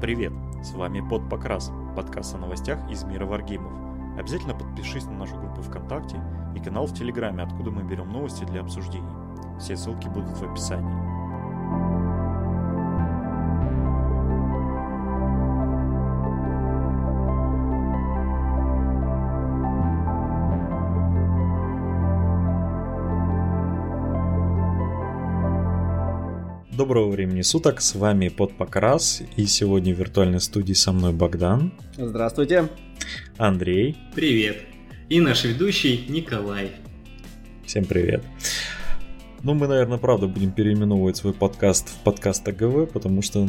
Привет! С вами Подпокрас, подкаст о новостях из мира варгеймов. Обязательно подпишись на нашу группу ВКонтакте и канал в Телеграме, откуда мы берем новости для обсуждений. Все ссылки будут в описании. Доброго времени суток, с вами Подпокрас, и сегодня в виртуальной студии со мной Богдан. Здравствуйте. Андрей. Привет. И наш ведущий Николай. Всем привет. Ну, мы, наверное, правда будем переименовывать свой подкаст в подкаст АГВ, потому что,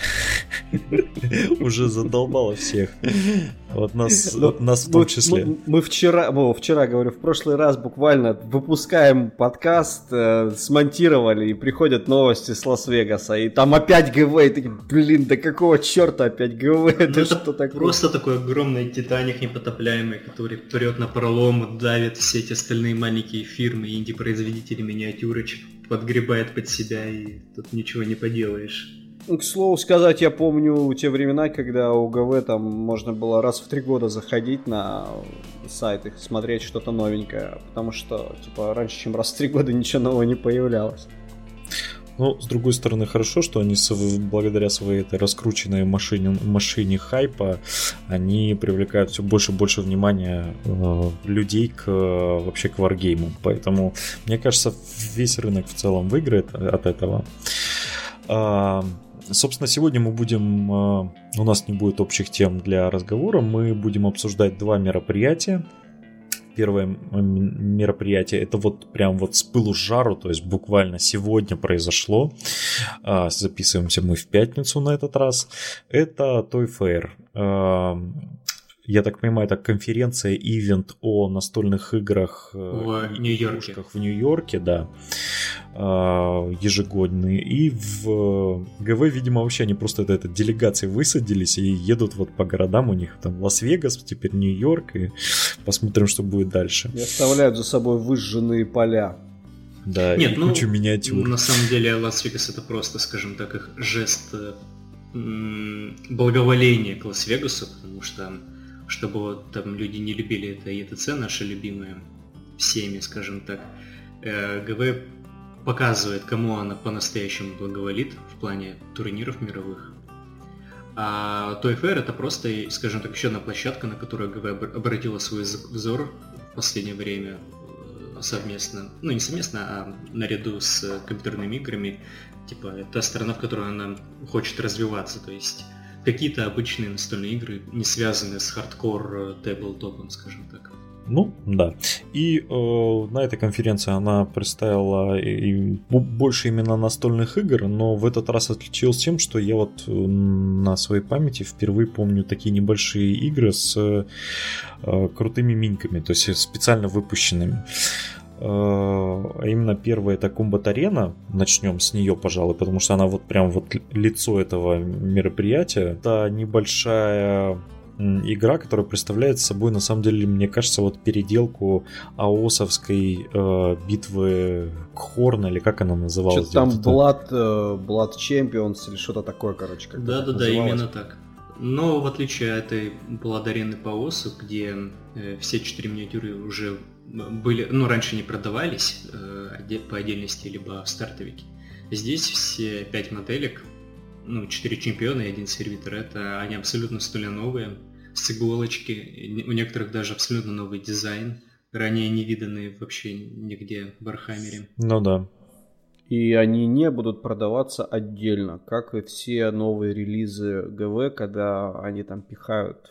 уже задолбало всех. Вот нас в том числе. Мы вчера, говорю, в прошлый раз буквально выпускаем подкаст, смонтировали, и приходят новости с Лас-Вегаса, и там опять ГВ, и такие, да какого черта опять ГВ, это что такое? Просто такой огромный Титаник непотопляемый, который прет на пролом, давит все эти остальные маленькие фирмы, инди-производители миниатюрочек, подгребает под себя, и тут ничего не поделаешь. К слову сказать, я помню те времена, когда у ГВ там можно было раз в 3 года заходить на сайт и смотреть что-то новенькое, потому что, раньше, чем раз в 3 года ничего нового не появлялось. Ну, с другой стороны, хорошо, что они благодаря своей этой раскрученной машине хайпа, они привлекают все больше и больше внимания людей вообще к варгейму. Поэтому, мне кажется, весь рынок в целом выиграет от этого. Собственно, сегодня у нас не будет общих тем для разговора, мы будем обсуждать 2 мероприятия. Первое мероприятие, это прям с пылу с жару, то есть буквально сегодня произошло. Записываемся мы в пятницу на этот раз. Это Toy Fair. Я так понимаю, это конференция, ивент о настольных играх в Нью-Йорке, да, ежегодный. И в ГВ, видимо, вообще они просто это делегации высадились и едут по городам. У них там Лас-Вегас, теперь Нью-Йорк, и посмотрим, что будет дальше. И оставляют за собой выжженные поля. Да, и кучу миниатюр. На самом деле Лас-Вегас это просто, скажем так, их жест благоволения к Лас-Вегасу, потому что чтобы там люди не любили это ЕТЦ, наше любимое всеми, скажем так, ГВ показывает, кому она по-настоящему благоволит в плане турниров мировых. А Toy Fair это просто, скажем так, еще одна площадка, на которую ГВ обратила свой взор в последнее время совместно, не совместно, а наряду с компьютерными играми. Это сторона, в которой она хочет развиваться, то есть какие-то обычные настольные игры, не связанные с хардкор тейблтопом, скажем так. Ну, да. И на этой конференции она представила больше именно настольных игр, но в этот раз отличилась тем, что я на своей памяти впервые помню такие небольшие игры с крутыми миньками, то есть специально выпущенными. А именно первая это Combat Arena. Начнем с нее, пожалуй, потому что она прям лицо этого мероприятия. Это небольшая игра, которая представляет собой, на самом деле, мне кажется, переделку АОСовской битвы Хорн, или как она называлась? Что-то там Blood Champions или что-то такое, короче. Да, именно так. Но в отличие от этой Blood Arena по АОСу, где все 4 миниатюры уже были, раньше не продавались по отдельности, либо в стартовике. Здесь все 5 моделек, 4 чемпиона и 1 сервитор, они абсолютно столь новые, с иголочки, у некоторых даже абсолютно новый дизайн, ранее не виданный вообще нигде в Вархаммере. Ну да. И они не будут продаваться отдельно, как и все новые релизы ГВ, когда они там пихают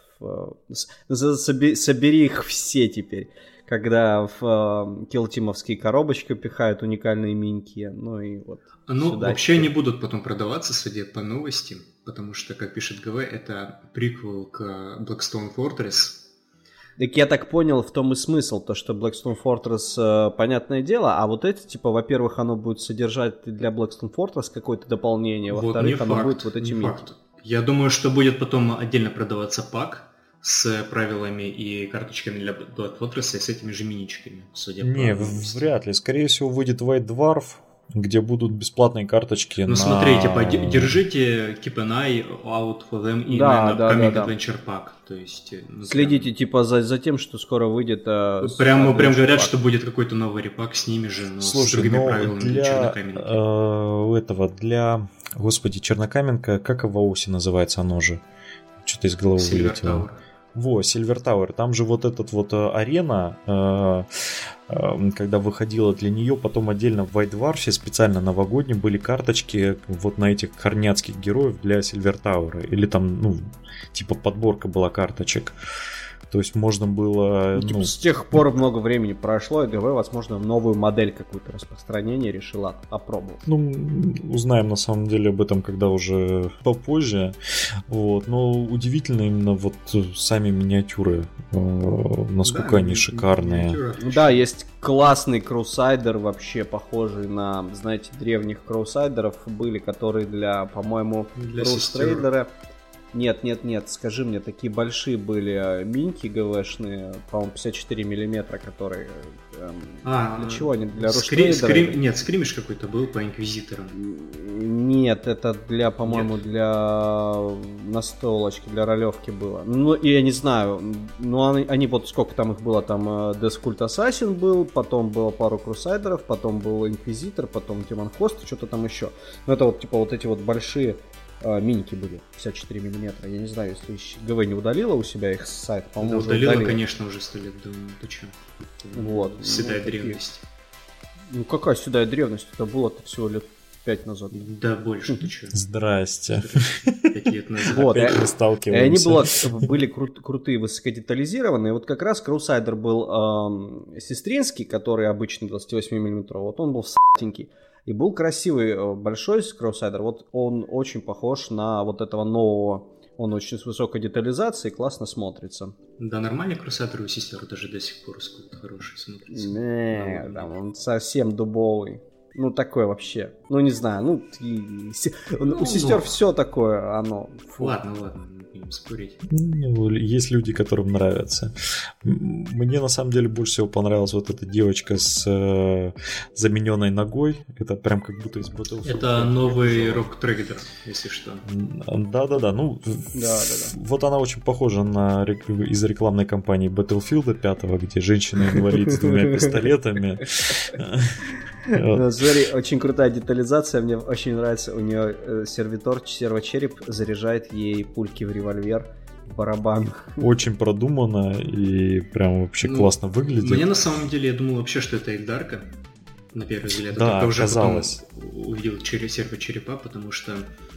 собери их все теперь. Когда в киллтимовские коробочки пихают уникальные миньки, вообще они будут потом продаваться, судя по новости, потому что, как пишет ГВ, это приквел к Blackstone Fortress. Так я так понял, в том и смысл, то что Blackstone Fortress, понятное дело, а эти, во-первых, оно будет содержать для Blackstone Fortress какое-то дополнение, во-вторых, оно будет эти минки. Я думаю, что будет потом отдельно продаваться пак с правилами и карточками для Black Fortress и с этими же миничками, судя по... вряд ли. Скорее всего, выйдет White Dwarf, где будут бесплатные карточки Ну на... смотри, типа, держите keep an eye out for them in upcoming Adventure Pack. То есть, следите типа за тем, что скоро выйдет... Прям говорят, что будет какой-то новый репак с ними же, но слушай, с другими правилами для Чернокаменки. Для... Господи, Чернокаменка, как в Аусе называется оно же? Что-то из головы вылетело. Silver Tower. Там же вот этот вот арена, когда выходила для нее, потом отдельно в White Dwarf специально новогодние были карточки вот на этих хорняцких героев для Silver Tower. Или там, ну, типа подборка была карточек. То есть можно было... с тех пор много времени прошло, и ГВ, возможно, новую модель какую-то распространения решила опробовать. Узнаем на самом деле об этом, когда уже попозже. Вот. Но удивительно именно вот сами миниатюры, насколько они шикарные. Да, есть классный Крусайдер, вообще похожий на, знаете, древних Крусайдеров были, которые для, по-моему, Крустрейдера... Нет, скажи мне, такие большие были миньки ГВшные, по-моему, 54 миллиметра, которые... для чего они? Для Руштрейдера? Нет, скримиш какой-то был по Инквизиторам. Нет, это для, по-моему, для настолочки, для ролевки было. Ну, я не знаю, но они вот сколько там их было, там Death Cult Assassin был, потом было пару Крусайдеров, потом был Инквизитор, потом Демон Хост, что-то там еще. Ну, это вот, типа, вот эти вот большие... миники были 54 миллиметра. Я не знаю, если ГВ не удалила у себя их с сайта, по-моему, уже удалила, конечно, уже 100 лет, думаю, ты чё? Вот. Седая древность. Ну какая седая древность? Это было всего лет 5 назад. Да больше, ты чё? Здрасте. 5 лет назад. Вот, опять мы сталкиваемся. И они были крутые, высокодетализированные. Вот как раз Крусайдер был сестринский, который обычно 28 мм. Вот он был сатенький. И был красивый большой Крусайдер. Вот он очень похож на вот этого нового. Он очень с высокой детализацией, классно смотрится. Да, нормальный Крусайдер у сестер даже до сих пор хороший смотрится. Не, там он совсем дубовый. Ну, такое вообще. Ну, не знаю, у сестер все такое, оно. Фу. Ладно, не будем спорить. Есть люди, которым нравится. Мне на самом деле больше всего понравилась вот эта девочка с замененной ногой. Это прям как будто из Battlefield. Это новый Rock Trader, если что. Да. Ну, да. Вот она очень похожа на из рекламной кампании Battlefield 5, где женщина-инвалид с двумя пистолетами. Смотри, очень крутая детализация, мне очень нравится, у нее сервочереп заряжает ей пульки в револьвер, в барабан. Очень продумано и прям вообще классно выглядит. Мне на самом деле, я думал вообще, что это Эльдарка, на первый взгляд. Да, только уже оказалось. Потом увидел сервочерепа, потому что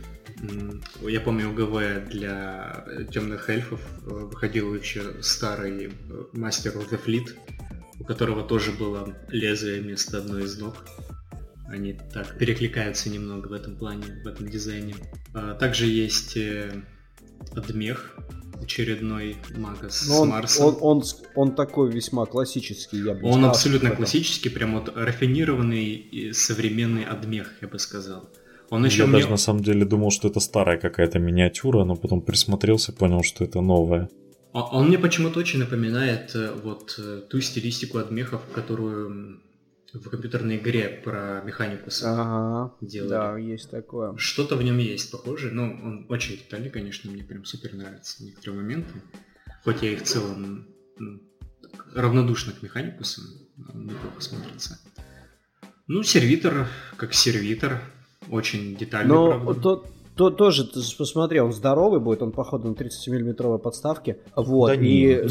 я помню, у ГВ для темных эльфов выходил еще старый Master of the Fleet, у которого тоже было лезвие вместо одной из ног. Они так перекликаются немного в этом плане, в этом дизайне. Также есть Адмех, очередной мага с Марсом. Он такой весьма классический, я бы сказал. Он абсолютно классический, прям вот рафинированный и современный Адмех, я бы сказал. Я даже на самом деле думал, что это старая какая-то миниатюра, но потом присмотрелся, понял, что это новая. Он мне почему-то очень напоминает вот ту стилистику Адмехов, которую в компьютерной игре про механикуса делали. Да, есть такое. Что-то в нем есть похожее, но он очень детальный, конечно, мне прям супер нравятся некоторые моменты. Хоть я и в целом равнодушна к механикусам, он неплохо смотрится. Ну, сервитор, как сервитор, очень детальный, правда. Тоже, ты посмотри, он здоровый будет, он, походу, на 30-миллиметровой подставке. Вот. Да нет.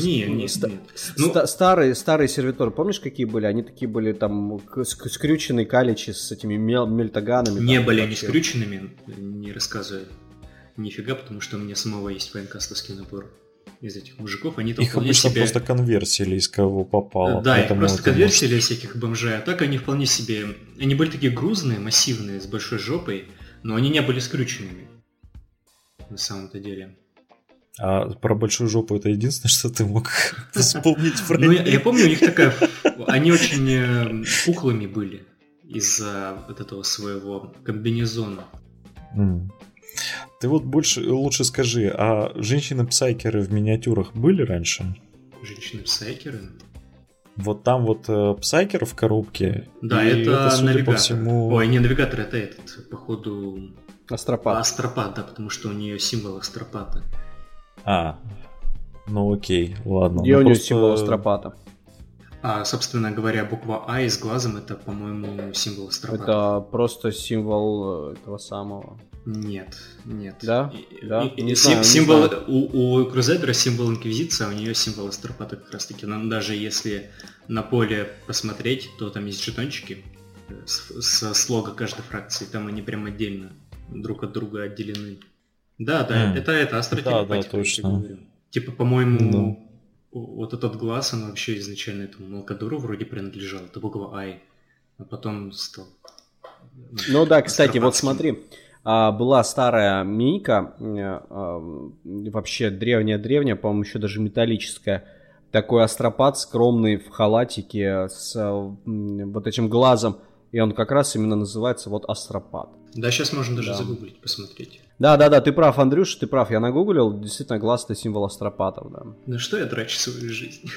Старые сервиторы, помнишь, какие были? Они такие были там скрюченные каличи с этими мельтаганами. Не были они скрюченными, не рассказываю нифига, потому что у меня самого есть файнкастовский набор из этих мужиков. Они там их обычно себе... просто конверсили, из кого попало. Да, их просто конверсили из всяких бомжей, а так они вполне себе... Они были такие грузные, массивные, с большой жопой, но они не были скрюченными, на самом-то деле. А про большую жопу это единственное, что ты мог вспомнить про них? Ну, я помню, у них такая... Они очень пухлыми были из-за вот этого своего комбинезона. Ты вот лучше скажи, а женщины-псайкеры в миниатюрах были раньше? Женщины-псайкеры? Вот там вот Psyker в коробке. Да, это судя навигатор. по всему... Ой, не навигатор, это этот, походу... Астропат. Астропат, да, потому что у нее символ астропата. Ну окей, ладно. Где у нее символ астропата? Собственно говоря, буква А и с глазом это, по-моему, символ астропата. Это просто символ этого самого. Нет. Да? Да? Символ у Крузейдера символ Инквизиции, а у нее символ астропата как раз таки. Но даже если на поле посмотреть, то там есть жетончики со слога каждой фракции, там они прям отдельно друг от друга отделены. Да, это астротелепатика. Да, точно. Типа, по-моему, вот этот глаз, он вообще изначально этому Малкадору вроде принадлежал. Это буква Ай, а потом стал... Ну да, кстати, вот смотри. Была старая минька, вообще древняя, по-моему, еще даже металлическая. Такой астропат скромный в халатике с вот этим глазом. И он как раз именно называется вот астропат. Да, сейчас можно даже загуглить, посмотреть. Да, ты прав, Андрюш, ты прав. Я нагуглил, действительно, глаз — это символ астропатов, да. На что я трачу свою жизнь?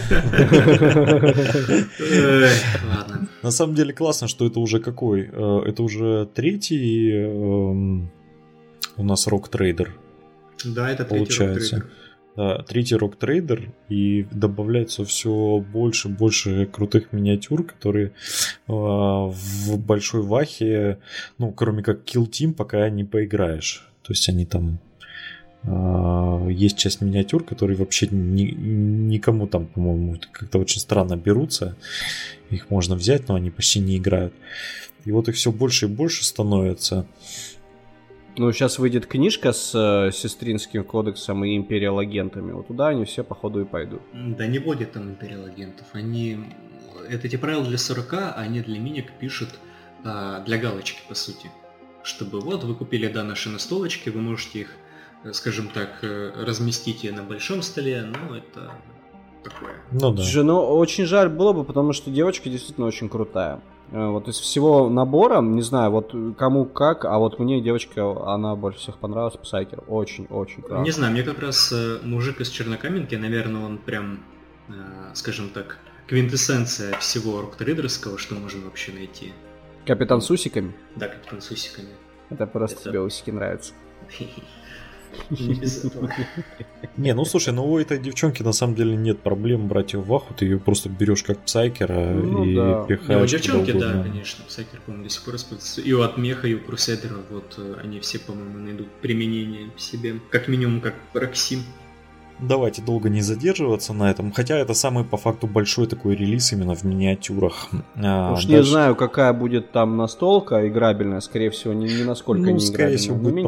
Ладно. На самом деле классно, что это уже какой? Это уже третий у нас рок-трейдер. Да, это третий рок-трейдер. Да, третий рок-трейдер, и добавляется все больше крутых миниатюр, которые в большой вахе, ну, кроме как Kill Team, пока не поиграешь. То есть они там... есть часть миниатюр, которые вообще никому там, по-моему, как-то очень странно берутся. Их можно взять, но они почти не играют. И вот их все больше и больше становится. Ну, сейчас выйдет книжка с сестринским кодексом и империал агентами. Вот туда они все, походу, и пойдут. Да не будет там империал агентов. Это эти правила для 40, а они для миник пишут для галочки, по сути. Чтобы вот вы купили, наши настолочки, вы можете их, скажем так, разместить на большом столе, но это такое. Ну да. Слушай, очень жаль было бы, потому что девочка действительно очень крутая. Вот из всего набора, не знаю, вот кому как, а вот мне девочка, она больше всех понравилась, Psyker. Очень классно. Не знаю, мне как раз мужик из Чернокаменки, наверное, он прям, скажем так, квинтэссенция всего рок-трейдерского, что можно вообще найти. Капитан с усиками? Да, капитан с усиками. Это просто тебе усики нравятся. Не без этого. Не, ну слушай, у этой девчонки на самом деле нет проблем брать ее в ваху, ты ее просто берешь как Псайкера и пихаешь. У девчонки, да, конечно, Псайкер, по-моему, до сих пор используется. И у Отмеха, и у Крусейдера, вот они все, по-моему, найдут применение в себе. Как минимум, как Роксим. Давайте долго не задерживаться на этом, хотя это самый по факту большой такой релиз именно в миниатюрах. Уж не знаю, какая будет там настолка играбельная, скорее всего, не насколько не играбельная. Скорее всего, будет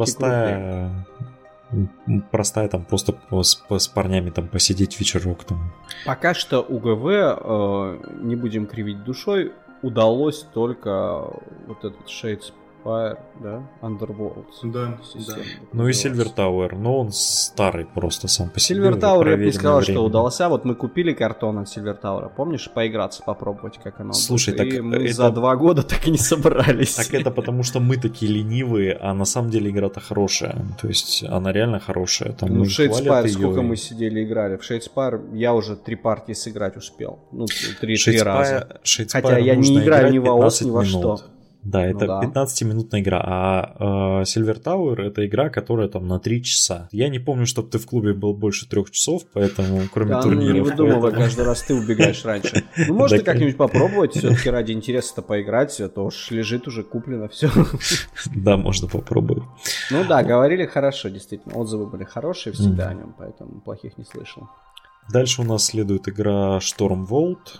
простая там просто с парнями там посидеть вечерок там. Пока что у ГВ, не будем кривить душой, удалось только вот этот Shadespire, да, Underworld. Да. Ну и Silver Tower, но он старый просто сам по себе. Silver Tower, я бы не сказал, что удался. Вот мы купили картон от Silver Tower, помнишь, поиграться, попробовать, как оно. Слушай, будет. И мы за 2 года так и не собрались. Так это потому, что мы такие ленивые, а на самом деле игра-то хорошая. То есть она реально хорошая. Там в Shadespire сколько мы сидели и играли. В Shadespire я уже 3 партии сыграть успел. Ну, 3 раза. Хотя я не играю ни в АОС, ни во что. Да, это 15-минутная игра, а Silver Tower это игра, которая там на 3 часа. Я не помню, чтобы ты в клубе был больше 3 часов, поэтому кроме турниров... не выдумывай, каждый раз ты убегаешь раньше. Ну, может, ты как-нибудь попробовать, все-таки ради интереса-то поиграть, а то уж лежит уже куплено все. Да, можно попробовать. Ну да, говорили хорошо, действительно, отзывы были хорошие всегда о нем, поэтому плохих не слышал. Дальше у нас следует игра Stormvolt.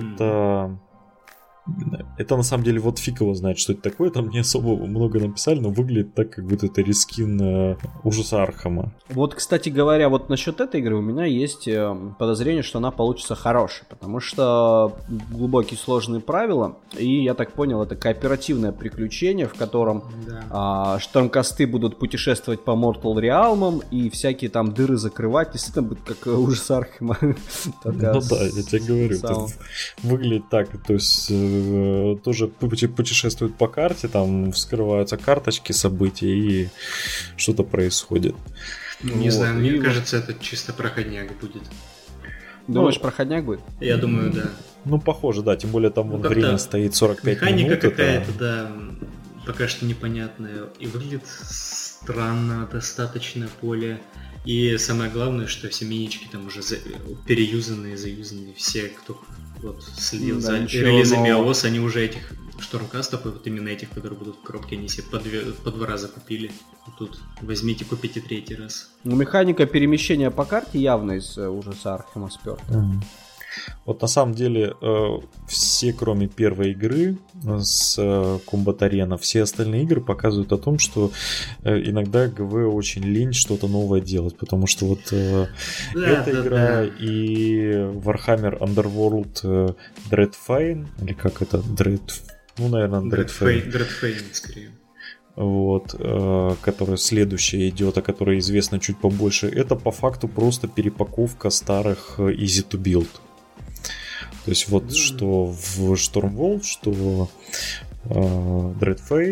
Это на самом деле вот фиг его знает, что это такое. Там не особо много написали, но выглядит так, как будто это рескин Ужаса Архама. Вот, кстати говоря, вот насчет этой игры у меня есть подозрение, что она получится хорошей, потому что глубокие сложные правила, и я так понял, это кооперативное приключение, в котором штурмкасты будут путешествовать по Mortal Realm'ам и всякие там дыры закрывать. Действительно будет как Ужас Архама. Ну да, я тебе говорю, выглядит так, то есть тоже путешествуют по карте, там вскрываются карточки событий и что-то происходит. Не знаю, мне кажется, это чисто проходняк будет. Думаешь, проходняк будет? Я думаю, да. Ну, похоже, да. Тем более там время стоит 45 механика минут. Механика какая-то, да, пока что непонятная. И выглядит странно достаточно поле. И самое главное, что все минички там уже переюзанные, заюзанные. Все, кто вот следил за релизами АОС, они уже этих Штормкастов, и вот именно этих, которые будут в коробке, они себе по 2 раза купили. И тут возьмите, купите 3-й раз. Ну, механика перемещения по карте явно из ужаса Архема сперта. Вот на самом деле все, кроме первой игры с Combat Arena, все остальные игры показывают о том, что иногда ГВ очень лень что-то новое делать, потому что вот эта игра и Warhammer Underworld Dreadfane, или как это? Ну, наверное, Dreadfane. Dreadfane, скорее. Вот, которая следующая идет, о которой известно чуть побольше, это по факту просто перепаковка старых Easy to Build. То есть вот что в Stormwall, что Dreadfane,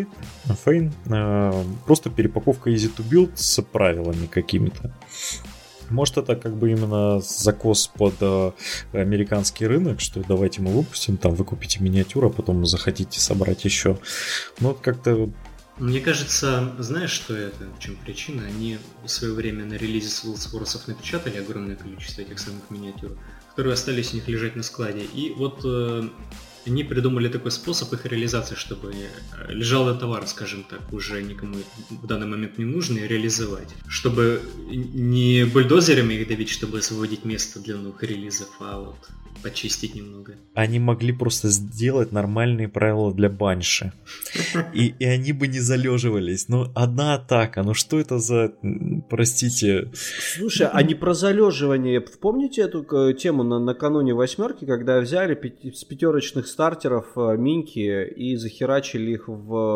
просто перепаковка Easy to Build с правилами какими-то. Может, это как бы именно закос под американский рынок, что давайте мы выпустим, там вы купите миниатюру, а потом захотите собрать еще. Ну, как-то... Мне кажется, знаешь, что это? В чем причина? Они в свое время на релизе Soulsforce напечатали огромное количество этих самых миниатюр, которые остались у них лежать на складе. И вот они придумали такой способ их реализации, чтобы лежал товар, скажем так, уже никому в данный момент не нужный, реализовать. Чтобы не бульдозерами их давить, чтобы освободить место для новых релизов, а вот почистить немного. Они могли просто сделать нормальные правила для банши. И они бы не залеживались. Ну, одна атака, ну что это за... Простите. Слушай, а не про залеживание. Помните эту тему накануне 8-ки, когда взяли с 5-очных стартеров миньки и захерачили их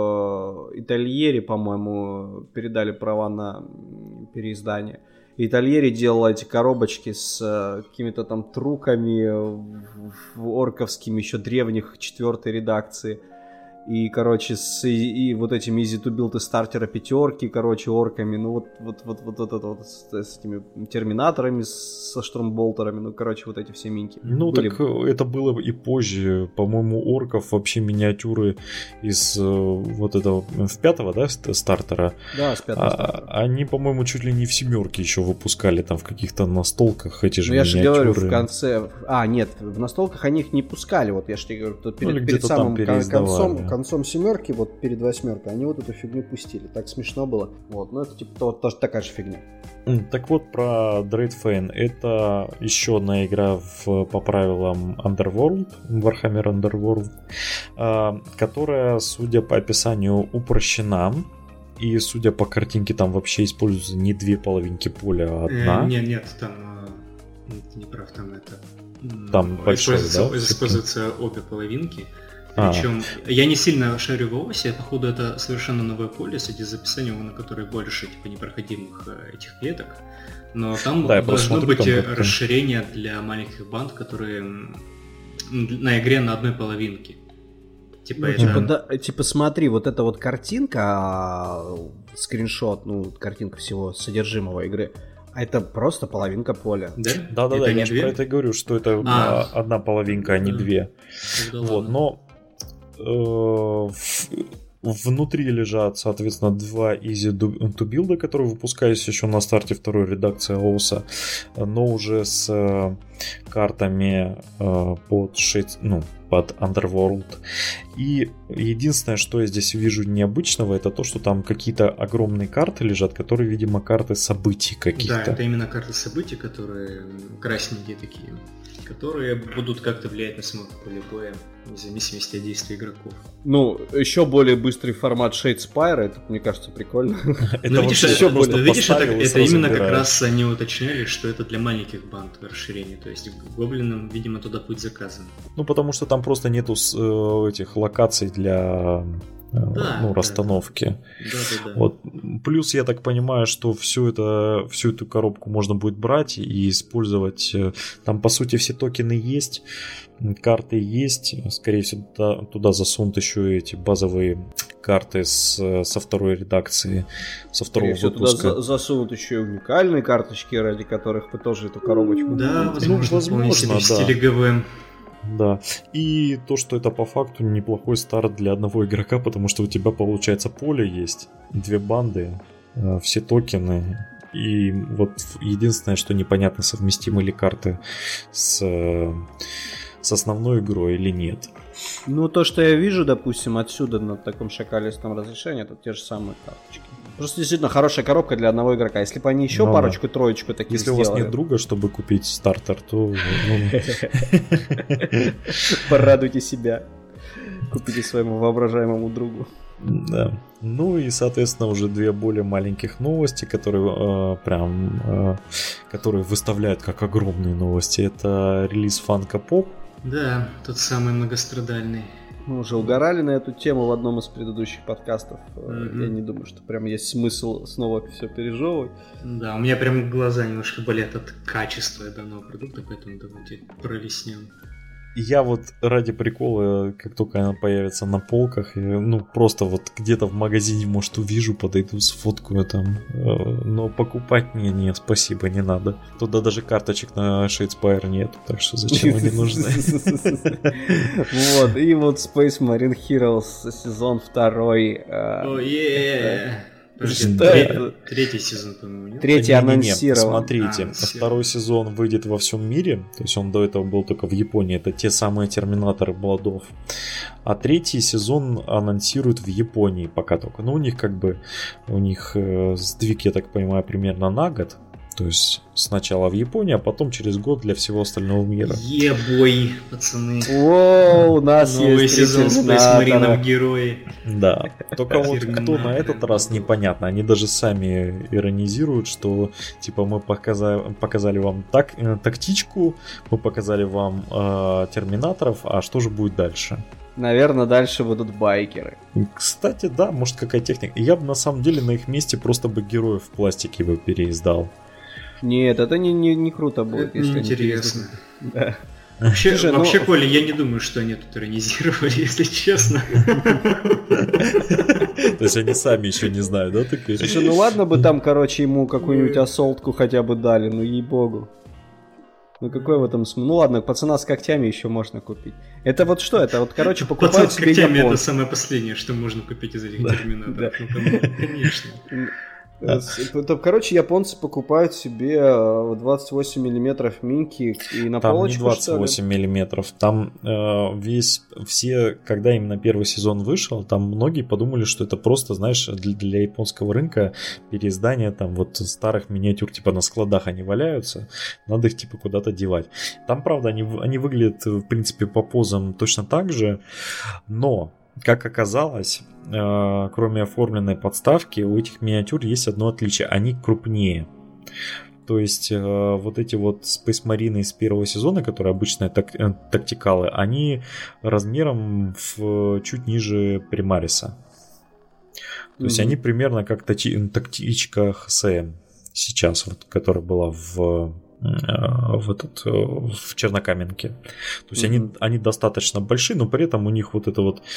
в Итальере, по-моему, передали права на переиздание. Итальери делал эти коробочки с какими-то там труками орковскими еще древних 4-й редакции. И, короче, и вот этими Easy to Build и стартера 5-ки, короче, орками. Ну, вот это вот с этими терминаторами, со штормболтерами. Ну, короче, вот эти все минки. Ну, были. Так это было и позже. По-моему, орков вообще миниатюры из вот этого, в 5-го, да, стартера? Да, с 5-го стартера. Они, по-моему, чуть ли не в 7-ке еще выпускали там в каких-то настолках эти же миниатюры. Я же говорю, в конце... нет, в настолках они их не пускали. Вот я же тебе говорю, перед самым концом 7-ки, вот перед 8-кой, они вот эту фигню пустили. Так смешно было. Вот, ну это типа тоже такая же фигня. Так вот, про Dreadfane. Это еще одна игра по правилам Underworld, Warhammer Underworld, которая, судя по описанию, упрощена. И, судя по картинке, там вообще используются не 2 половинки поля, а одна. Нет, там ты не прав, там это... Там большой, да? Используются обе половинки. Причем я не сильно шарю в оси, походу это совершенно новое поле, судя из описания, на которое больше типа непроходимых этих клеток. Но там должно быть расширение для маленьких банд, которые на игре на одной половинке. Типа, типа смотри, вот эта вот картинка, скриншот, картинка всего содержимого игры. А это просто половинка поля. Да, я же про это и говорю, что это одна половинка, а не 2. Вот, но внутри лежат, соответственно, 2 Easy to Build, которые выпускались еще на старте 2-й редакции АОСа, но уже с картами под Underworld. И единственное, что я здесь вижу необычного, это то, что там какие-то огромные карты лежат, которые, видимо, карты событий каких-то. Да, это именно карты событий, которые красненькие такие, которые будут как-то влиять на само поле боя, в зависимости от действия игроков. Ну, еще более быстрый формат Shadespire, это, мне кажется, прикольно. Видишь, это именно как раз они уточняли, что это для маленьких банд расширение, то есть гоблинам, видимо, туда путь заказан. Ну, потому что там просто нету этих локаций для расстановки. Да. Вот. Плюс я так понимаю, что всю эту коробку можно будет брать и использовать. Там по сути все токены есть, карты есть. Скорее всего туда засунут еще эти базовые карты со второй редакции, со второго выпуска. Туда засунут еще и уникальные карточки, ради которых вы тоже эту коробочку. Да, возможно, в стиле ГВ. Да, и то, что это по факту неплохой старт для одного игрока, потому что у тебя получается поле есть, 2 банды, все токены, и вот единственное, что непонятно, совместимы ли карты с основной игрой или нет. Ну, то, что я вижу, допустим, отсюда на таком шоколистом разрешении, это те же самые карточки. Просто действительно хорошая коробка для одного игрока. Если бы они еще парочку-троечку таких если сделали... Если у вас нет друга, чтобы купить стартер, то... Порадуйте себя. Купите своему воображаемому другу. Да. Ну и, соответственно, уже 2 более маленьких новости, которые которые выставляют как огромные новости. Это релиз Funko Pop. Да, тот самый многострадальный. Мы уже угорали на эту тему в одном из предыдущих подкастов. Я не думаю, что прям есть смысл снова все пережевывать. Да, у меня прям глаза немножко болят от качества данного продукта, поэтому давайте пролистнем. Я вот ради прикола, как только она появится на полках, просто вот где-то в магазине, может, увижу, подойду, сфоткаю там. Но покупать нет, спасибо, не надо. Туда даже карточек на Shadespire нет, так что зачем они нужны? Вот, и вот Space Marine Heroes сезон 2. Третий сезон, по-моему, нет? Третий анонсирован. Смотрите, второй сезон выйдет во всем мире, то есть он до этого был только в Японии, это те самые Терминаторы Бладов. А третий сезон анонсируют в Японии пока только. Но у них сдвиг, я так понимаю, примерно на год. То есть сначала в Японии, а потом через год для всего остального мира. Ебой, пацаны. О, у нас новый есть сезон Space Marine герои. Да, только вот кто на этот раз непонятно. Они даже сами иронизируют, что типа мы показали вам тактичку, мы показали вам терминаторов, а что же будет дальше? Наверное, дальше будут байкеры. Кстати, да, может какая техника. Я бы на самом деле на их месте просто бы героев в пластике бы переиздал. Нет, это не круто будет, если интересно. Да. Вообще, Коля, я не думаю, что они тут иронизировали, если честно. То есть они сами еще не знают, да? Слушай, ладно бы там, ему какую-нибудь ассолтку хотя бы дали, ей-богу. Какой в этом смысл? Ладно, пацана с когтями еще можно купить. Это вот что? Это вот, покупают пацан себе с когтями японцы. Это самое последнее, что можно купить из этих терминаторов. Конечно. Японцы покупают себе 28 миллиметров минки и на полочку, там не 28 миллиметров. Там все, когда именно первый сезон вышел, там многие подумали, что это просто, знаешь, для японского рынка переиздание там вот старых миниатюр, типа на складах они валяются, надо их типа куда-то девать. Там, правда, они выглядят, в принципе, по позам точно так же, но как оказалось, кроме оформленной подставки, у этих миниатюр есть одно отличие. Они крупнее. То есть вот эти вот Space Marine из первого сезона, которые обычные тактикалы, они размером чуть ниже Примариса. То есть они примерно как тактичка ХСМ сейчас, вот, которая была в Чернокаменке. То есть они достаточно большие, но при этом у них вот это вот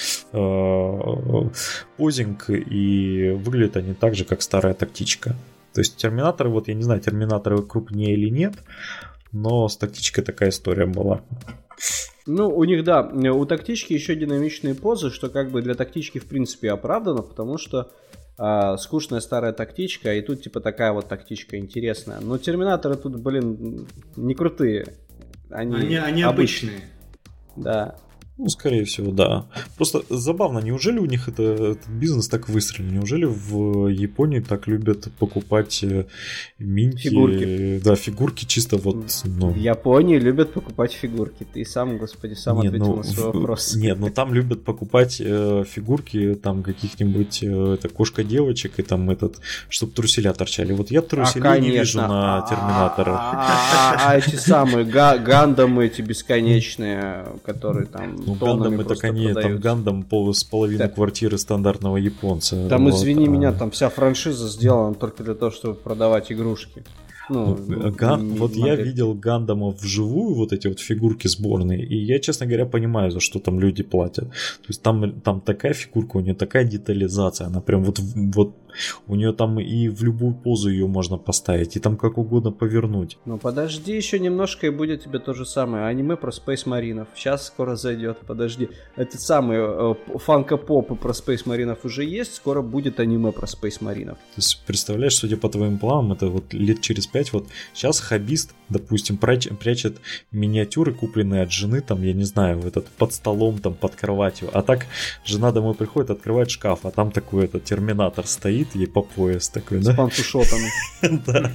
позинг, и выглядят они так же, как старая тактичка. То есть терминаторы, вот я не знаю, терминаторы крупнее или нет, но с тактичкой такая история была. У них, да, у тактички еще динамичные позы, что для тактички в принципе оправдано, потому что скучная старая тактичка, и тут типа такая вот тактичка интересная. Но терминаторы тут, не крутые. Они обычные. Да. Скорее всего, да. Просто забавно, неужели у них этот бизнес так выстрелил? Неужели в Японии так любят покупать минки? Фигурки. Да, фигурки чисто вот... В Японии любят покупать фигурки. Ты сам, господи, ответил на свой вопрос. Нет, там любят покупать фигурки там каких-нибудь кошка-девочек и там чтобы труселя торчали. Вот я труселей не вижу на терминаторах. Эти самые гандамы эти бесконечные, которые там Ну, Гандам это конец, там Гандам с половиной квартиры стандартного японца. Там, вот, извини меня, там вся франшиза сделана только для того, чтобы продавать игрушки. Вот я видел Гандама вживую, вот эти вот фигурки сборные, и я, честно говоря, понимаю, за что там люди платят. То есть там такая фигурка, у нее такая детализация, она прям вот у нее там и в любую позу ее можно поставить, и там как угодно повернуть. Ну подожди еще немножко, и будет тебе то же самое. Аниме про Space Маринов. Сейчас скоро зайдет, подожди. Этот самый фанко-поп про Space Маринов уже есть, скоро будет аниме про Space Маринов. То есть представляешь, судя по твоим планам, это вот лет через 5, вот сейчас хоббист, допустим, прячет миниатюры, купленные от жены, там, я не знаю, под столом, там, под кроватью, а так жена домой приходит, открывает шкаф, а там такой терминатор стоит, ей по пояс такой, да? С панцушотами. Да.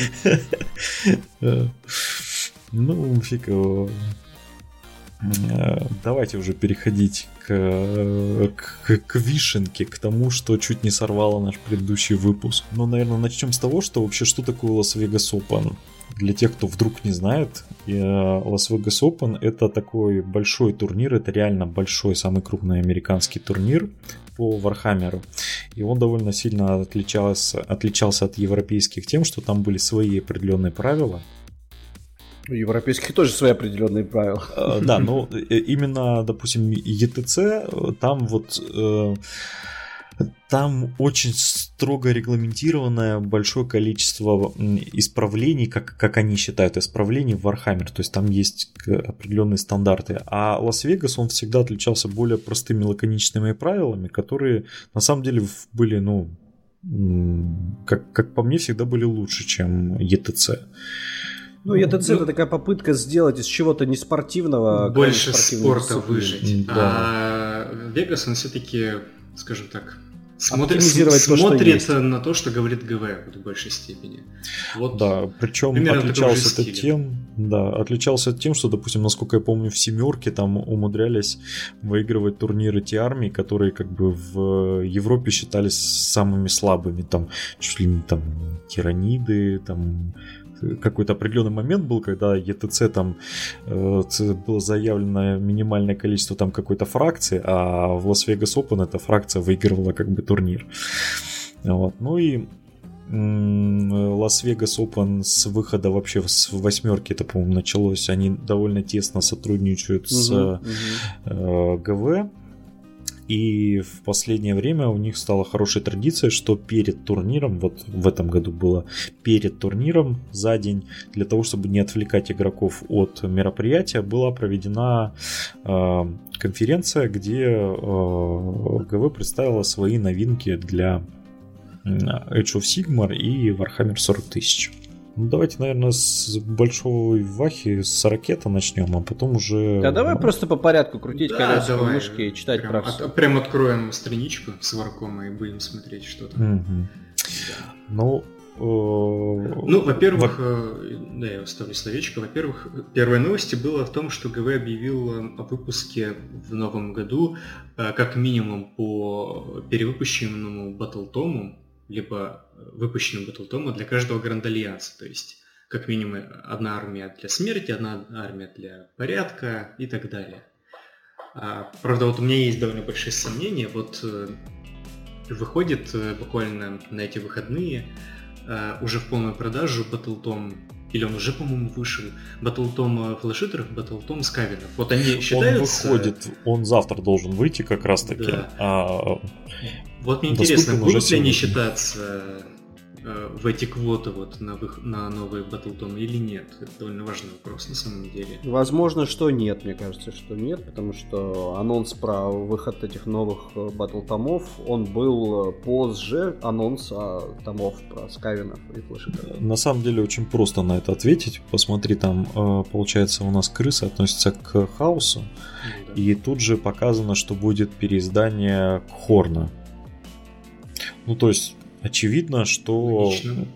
Ну, фиг его. Давайте уже переходить к вишенке, к тому, что чуть не сорвало наш предыдущий выпуск. Но, наверное, начнем с того, что вообще что такое Лас-Вегас Open. Для тех, кто вдруг не знает, Лас-Вегас Open это такой большой турнир, это реально большой, самый крупный американский турнир по Вархаммеру. И он довольно сильно отличался от европейских тем, что там были свои определенные правила. У европейских тоже свои определенные правила. Да, но именно, допустим, ETC, там вот... Там очень строго регламентированное большое количество исправлений, как они считают, исправлений в Warhammer. То есть там есть определенные стандарты. А Лас-Вегас, он всегда отличался более простыми лаконичными правилами, которые на самом деле были, как по мне, всегда были лучше, чем ETC. Ну, ETC это такая попытка сделать из чего-то неспортивного больше спорта выжить. Да. А Вегас, он все-таки, скажем так, смотрит на то, что говорит ГВ в большей степени. Вот, да, причем отличался тем, что, допустим, насколько я помню, в семерке там умудрялись выигрывать турниры те армии, которые как бы в Европе считались самыми слабыми. Там чуть ли не там тираниды, там... Какой-то определенный момент был, когда ETC там было заявлено минимальное количество там какой-то фракции, а в Лас-Вегас Open эта фракция выигрывала как бы турнир. Вот. Ну и Лас-Вегас Open с выхода вообще с восьмерки, это, по-моему, началось. Они довольно тесно сотрудничают с ГВ. И в последнее время у них стала хорошей традицией, что перед турниром, вот в этом году было перед турниром за день, для того, чтобы не отвлекать игроков от мероприятия, была проведена конференция, где ГВ представила свои новинки для Age of Sigmar и Warhammer 40 000. Ну, давайте, наверное, с большой вахи, с ракета начнем, а потом уже... Да, давай просто по порядку крутить колесико мышки и читать прям, про все. Прям откроем страничку с Варкома и будем смотреть, что там. Да. Ну, во-первых, да, я вставлю словечко. Во-первых, первой новости было в том, что ГВ объявил о выпуске в новом году как минимум по перевыпущенному Батлтому, либо выпущенному Батлтому для каждого Гранд-Альянса. То есть, как минимум, одна армия для смерти, одна армия для порядка и так далее. Правда, вот у меня есть довольно большие сомнения. Вот выходит буквально на эти выходные уже в полную продажу Батлтом, или он уже, по-моему, вышел, Батлтом флешитеров, Батлтом скавинов. Вот они считаются... Он выходит, он завтра должен выйти как раз-таки. Да. Вот мне интересно, будут ли они считаться в эти квоты вот на новые Батлтомы или нет? Это довольно важный вопрос на самом деле. Возможно, что нет, мне кажется, что нет, потому что анонс про выход этих новых Батлтомов, он был позже анонса томов про скавинов и флешитеров. На самом деле очень просто на это ответить. Посмотри, там получается у нас крысы относятся к хаосу, да. И тут же показано, что будет переиздание Хорна. Ну, то есть очевидно, что,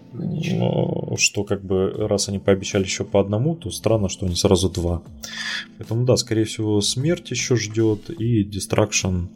что как бы раз они пообещали еще по одному, то странно, что они сразу два. Поэтому да, скорее всего, смерть еще ждет и Destruction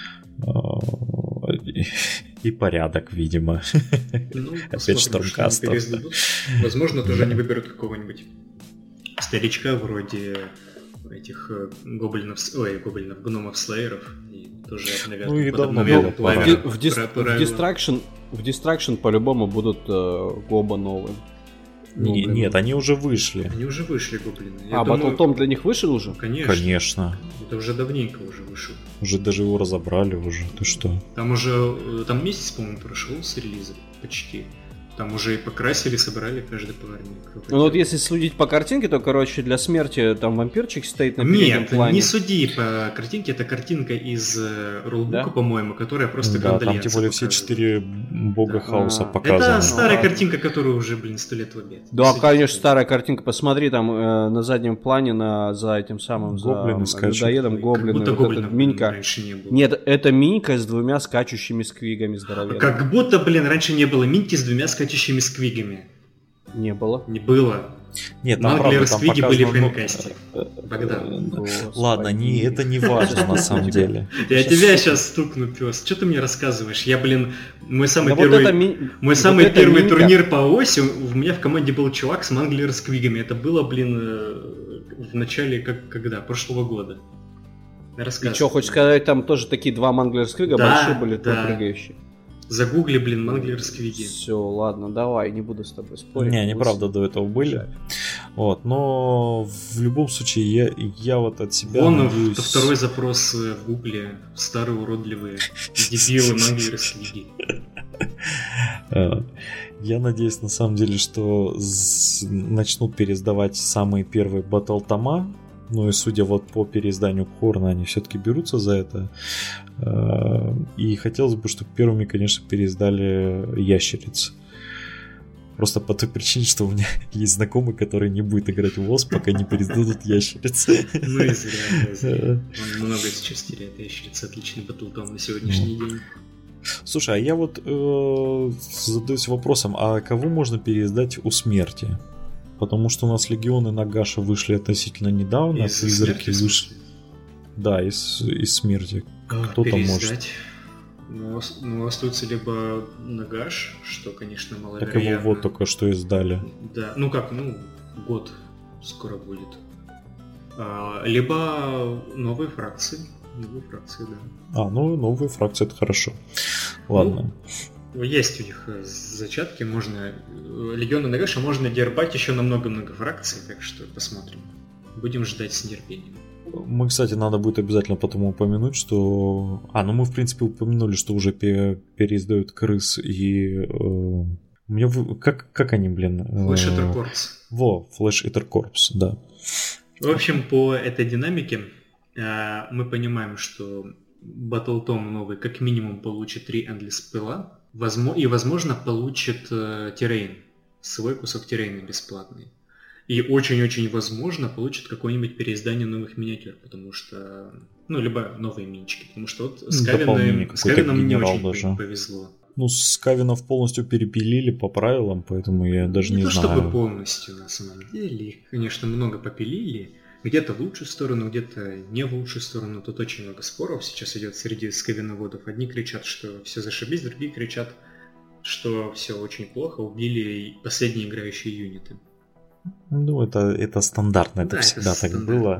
и порядок, видимо. Ну, опять Stormcast. Возможно, тоже они выберут какого-нибудь старичка вроде этих гномов-слееров, и тоже обновят. Ну и давно было пора. В Destruction по-любому будут гоба новые. Нет, они уже вышли. Они уже вышли, гоблины. Battle.tom для них вышел уже? Конечно. Это уже давненько уже вышел. Уже даже его разобрали уже. Ты что? Там месяц, по-моему, прошел с релиза. Почти. Там уже и покрасили, собрали каждый по армии. Ну вот если судить по картинке, то, короче, для смерти там вампирчик стоит на переднем плане. Нет, не суди по картинке, это картинка из рулбука, по-моему, которая просто гандальянца. Да, там тем более все 4 бога хаоса показаны. Это старая картинка, которая уже, 100 лет в обед. Да, конечно, старая картинка. Посмотри, там на заднем плане, за этим самым, гоблины за людоедом, гоблины. Как будто вот гоблинов минька. Раньше не было. Нет, это минька с 2 скачущими сквигами здоровенными. Как будто, раньше не было миньки с 2 скачущими сквигами. Не было. Не было. Нет, там правда, там сквиги были в хэнкасте. Богдан. Ладно, это не важно на самом деле. Я тебя сейчас стукну, пес. Что ты мне рассказываешь? Мой самый первый турнир по оси, у меня в команде был чувак с манглер сквигами. Это было, в начале, прошлого года. И что, хочешь сказать, там тоже такие 2 манглер сквига большие были, прыгающие? Загугли, манглер сквиги. Все, ладно, давай, не буду с тобой спорить. Не, они правда до этого были. Вот, но в любом случае я вот от себя надеюсь... Второй запрос в гугле. Старые уродливые дебилы манглер сквиги. Я надеюсь, на самом деле, что начнут переиздавать самые первые батл-тома. Ну и судя вот по переизданию Хорна, они все-таки берутся за это. И хотелось бы, чтобы первыми, конечно, переиздали Ящериц. Просто по той причине, что у меня есть знакомый, который не будет играть в ВОЗ, пока не переиздадут Ящерицы. Ну и зря. Он много сейчас теряет. Ящерица отличный батлтом на сегодняшний день. Слушай, а я вот задаюсь вопросом, а кого можно переиздать у смерти? Потому что у нас Легионы Нагаша вышли относительно недавно, Призраки вышли. Да, из смерти. Кто там может? Ну, остается либо Нагаш, что, конечно, маловероятно. Так его вот только что издали. Да, год скоро будет. Либо новые фракции. Новые фракции, это хорошо. Ладно. Есть у них зачатки, Легионы Нагаша можно дербать еще на много-много фракций, так что посмотрим. Будем ждать с нетерпением. Мы, кстати, надо будет обязательно потом упомянуть, что... мы, в принципе, упомянули, что уже переиздают крыс и... Как они, Flash Eater Corps. Flash Eater Corps, да. В общем, по этой динамике мы понимаем, что Battle.tom новый как минимум получит 3 Endless Spell'а, и, возможно, получит террейн, свой кусок террейна бесплатный. И очень-очень возможно получит какое-нибудь переиздание новых миниатюр, потому что... либо новые минички, потому что вот с Кавином не очень повезло. Скавинов полностью перепилили по правилам, поэтому я даже не знаю. Не то чтобы полностью, на самом деле. Их, конечно, много попилили. Где-то в лучшую сторону, где-то не в лучшую сторону. Тут очень много споров сейчас идет среди скавиноводов. Одни кричат, что все зашибись, другие кричат, что все очень плохо, убили последние играющие юниты. Это стандартно, это всегда так было.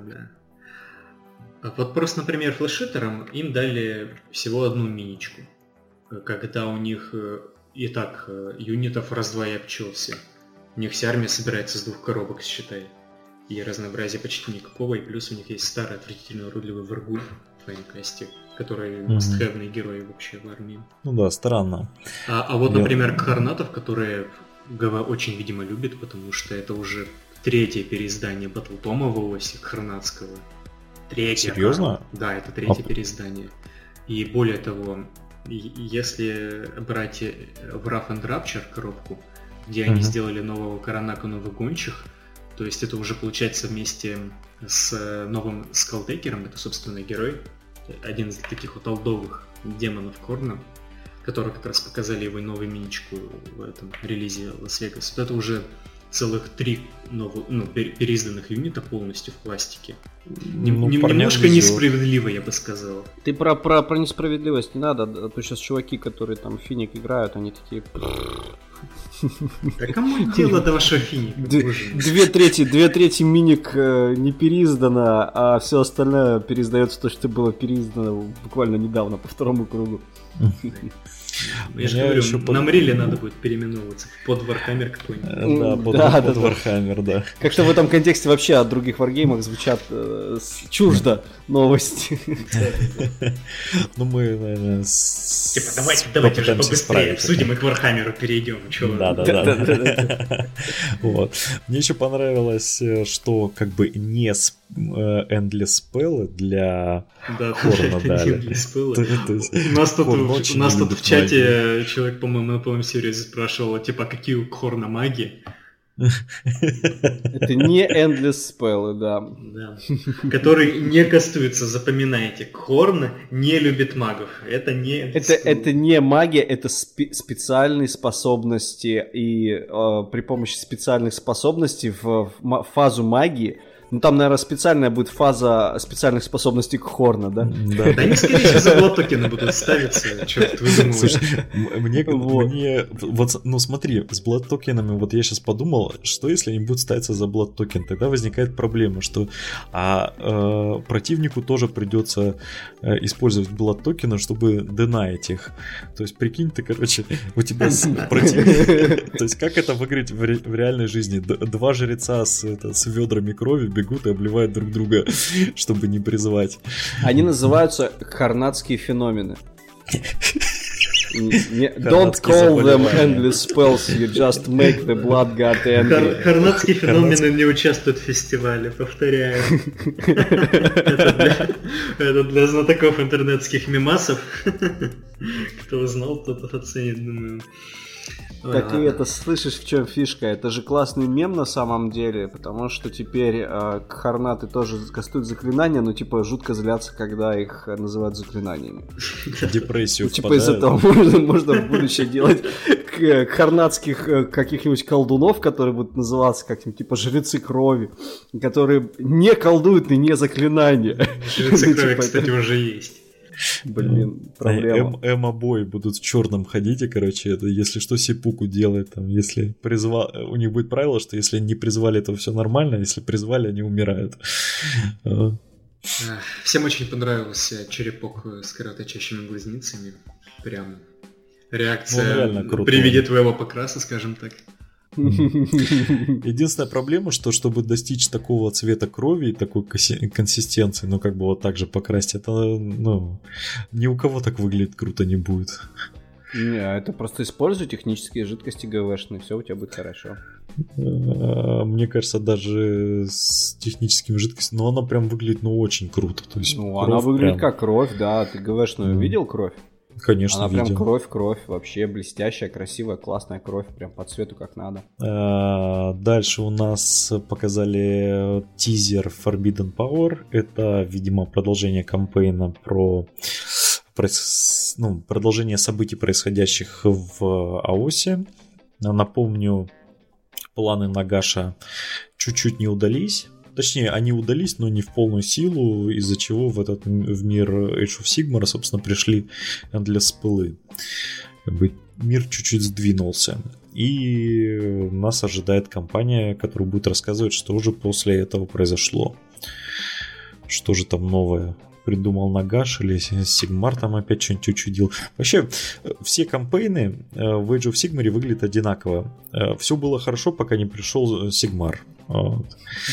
Да. Вот просто, например, флешитерам им дали всего одну миничку. Когда у них и так юнитов раз-два и обчелся. У них вся армия собирается с 2 коробок, считай. И разнообразия почти никакого, и плюс у них есть старый отвратительно уродливый Варгуль в фейнкасте, который мастхэвный герой вообще в армии. Странно. А вот, например, Кхарнатов, которые ГВ очень, видимо, любит, потому что это уже 3-е переиздание Батлтома в оси Кхарнатского. 3-е. Серьезно? Да, это 3-е переиздание. И более того, если брать в Wrath and Rapture коробку, где они сделали нового Каранака, новых гончих, то есть это уже получается вместе с новым Скалдекером, это, собственно, герой, один из таких вот олдовых демонов Корна, который как раз показали его новую миничку в этом релизе Лас-Вегас. Вот это уже целых 3 переизданных юнита полностью в пластике. Немножко несправедливо, я бы сказал. Ты про несправедливость не надо, а то сейчас чуваки, которые там Финик играют, они такие... Да кому дело до вашего финика? Две трети миник не переиздано, а все остальное переиздается то, что было переиздано буквально недавно по второму кругу. Я же говорю, нам Рилли надо будет переименовываться под Warhammer какой-нибудь. Да, под Warhammer, да. Как-то в этом контексте вообще о других варгеймах звучат чуждо новости. Ну мы, наверное, типа, давайте же побыстрее обсудим и к Warhammer перейдем. Да. Вот. Мне еще понравилось, что как бы не Endless Spell для Хорна дали. У нас тут в чате человек, по-моему, на полном серьезе спрашивал, типа, какие у Хорна маги? Это не Endless Spell, да. Который не кастуется, запоминайте. Хорн не любит магов. Это не магия, это специальные способности. И при помощи специальных способностей в фазу магии. Ну, там, наверное, специальная будет фаза специальных способностей к Хорна, да? Да, они, скорее всего, за блод-токены будут ставиться. Черт выдумываешь. Слушай, мне... Вот, ну, смотри, с блод-токенами, вот я сейчас подумал, что если они будут ставиться за блод-токен, тогда возникает проблема, что противнику тоже придется использовать блод-токены, чтобы денаить их. То есть, прикинь, ты, короче, у тебя противник... То есть, как это выиграть в реальной жизни? Два жреца с ведрами крови бегут и обливают друг друга, чтобы не призвать. Они называются хорнатские феномены. Don't call them endless spells, you just make the blood god angry. Хорнатские феномены не участвуют в фестивале, повторяю. Это для знатоков интернетских мемасов. Кто узнал, тот оценит, думаю. Так и это, слышишь, в чем фишка? Это же классный мем на самом деле, потому что теперь хорнаты тоже кастуют заклинания, но типа жутко злятся, когда их называют заклинаниями. Депрессию типа из-за того можно в будущее делать хорнатских каких-нибудь колдунов, которые будут называться как-нибудь типа жрецы крови, которые не колдуют и не заклинания. Жрецы крови, кстати, уже есть. Блин, проблема. Эмо-бой будут в черном ходить, и, короче, это если что, сипуку делает, там, если призвал, у них будет правило, что если не призвали, то все нормально, а если призвали, они умирают. Всем очень понравился черепок с кровоточащими глазницами. Прям реакция при виде твоего покраса, скажем так. Единственная проблема, что чтобы достичь такого цвета крови и такой консистенции, ну как бы вот так же покрасить, это, ну, ни у кого так выглядит круто не будет. Не, это просто используй технические жидкости ГВшные, все у тебя будет хорошо. Мне кажется, даже с техническими жидкостями, но она прям выглядит, ну, очень круто. То есть, ну, она выглядит как кровь, да. Ты ГВшную видел кровь? Конечно, она прям кровь, вообще блестящая, красивая, классная кровь, прям по цвету как надо. Дальше у нас показали тизер Forbidden Power. Это, видимо, продолжение кампейна про продолжение событий, происходящих в АОСе. Напомню, планы Нагаша чуть-чуть не удались. Точнее, они удались, но не в полную силу, из-за чего в мир Age of Sigmar, собственно, пришли Endless Spell. Как бы мир чуть-чуть сдвинулся. И нас ожидает компания, которая будет рассказывать, что же после этого произошло. Что же там новое придумал Нагаш, или Sigmar там опять что-нибудь учудил. Вообще, все кампейны в Age of Sigmar выглядят одинаково. Все было хорошо, пока не пришел Sigmar. Вот.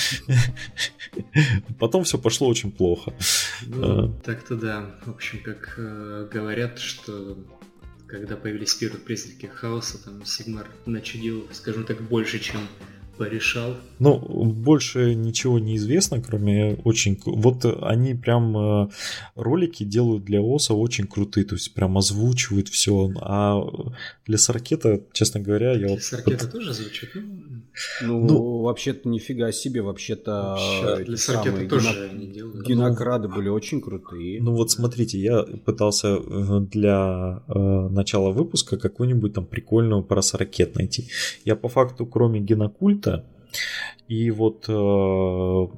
Потом все пошло очень плохо. Ну, так-то да. В общем, как говорят, что когда появились первые признаки хаоса, там Sigmar начудил, скажем так, больше, чем порешал. Ну, больше ничего не известно, кроме очень... Вот они прям ролики делают для ОСа очень крутые, то есть прям озвучивают все. А для Саркета, честно говоря, я... Для Саркета тоже звучит? Ну, вообще-то нифига себе, вообще-то... Для Саркета тоже они делают. Генокрады были очень крутые. Ну вот смотрите, я пытался для начала выпуска какую-нибудь там прикольную про Саркет найти. Я по факту, кроме Генокульта, и вот у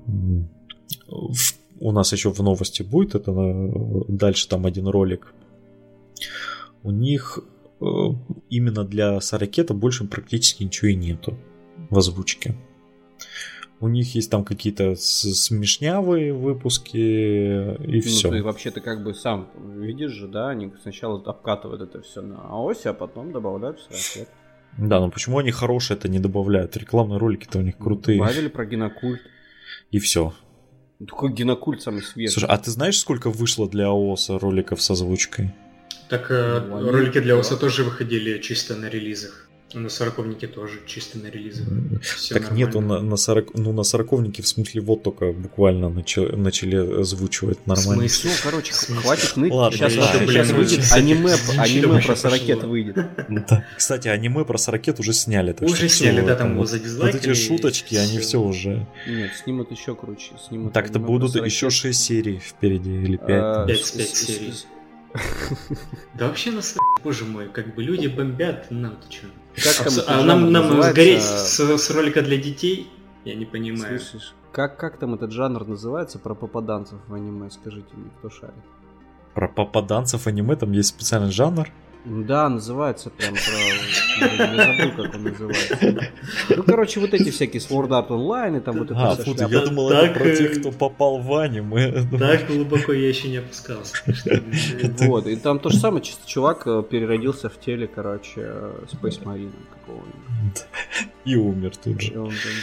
нас еще в новости будет, это дальше там один ролик. У них именно для Сорокета больше практически ничего и нету в озвучке. У них есть там какие-то смешнявые выпуски и все. Ну, ты вообще-то как бы сам видишь же, да, они сначала обкатывают это все на оси, а потом добавляют в Сорокет. Да, но почему они хорошие это не добавляют? Рекламные ролики-то у них крутые. Добавили про Генокульт. И все. Какой Генокульт самый свежий. Слушай, а ты знаешь, сколько вышло для АОСа роликов с озвучкой? Так ролики для АОСа тоже выходили чисто на релизах. На Сороковнике тоже чисто на релизах. Всё так нормально. нету на Сороковнике, в смысле, вот только буквально начали озвучивать нормально. Все, короче, хватит ныть. Ладно, Сейчас выйдет аниме про Сорокет выйдет. Да. Кстати, аниме про Сорокет уже сняли. Так уже что сняли, всё, да, там его вот задизлайкали. эти шуточки, они все уже. Нет, снимут еще круче. Так-то будут еще 6 серий впереди или 5. 5 серий. Да вообще нас, боже мой, как бы люди бомбят, нам ты чё? Нам сгореть с ролика для детей? Я не понимаю. Слышишь, как там этот жанр называется про попаданцев в аниме? Скажите мне, кто шарит? Про попаданцев аниме там есть специальный жанр? Да, называется прям про... Я забыл, как он называется. Ну, короче, вот эти всякие Sword Art Online и там вот это фу, я думал, это про тех, кто попал в аниме. Так глубоко я еще не опускался. Вот, и там то же самое, чисто чувак переродился в теле, короче, Space Marine какого-нибудь. И умер тут же.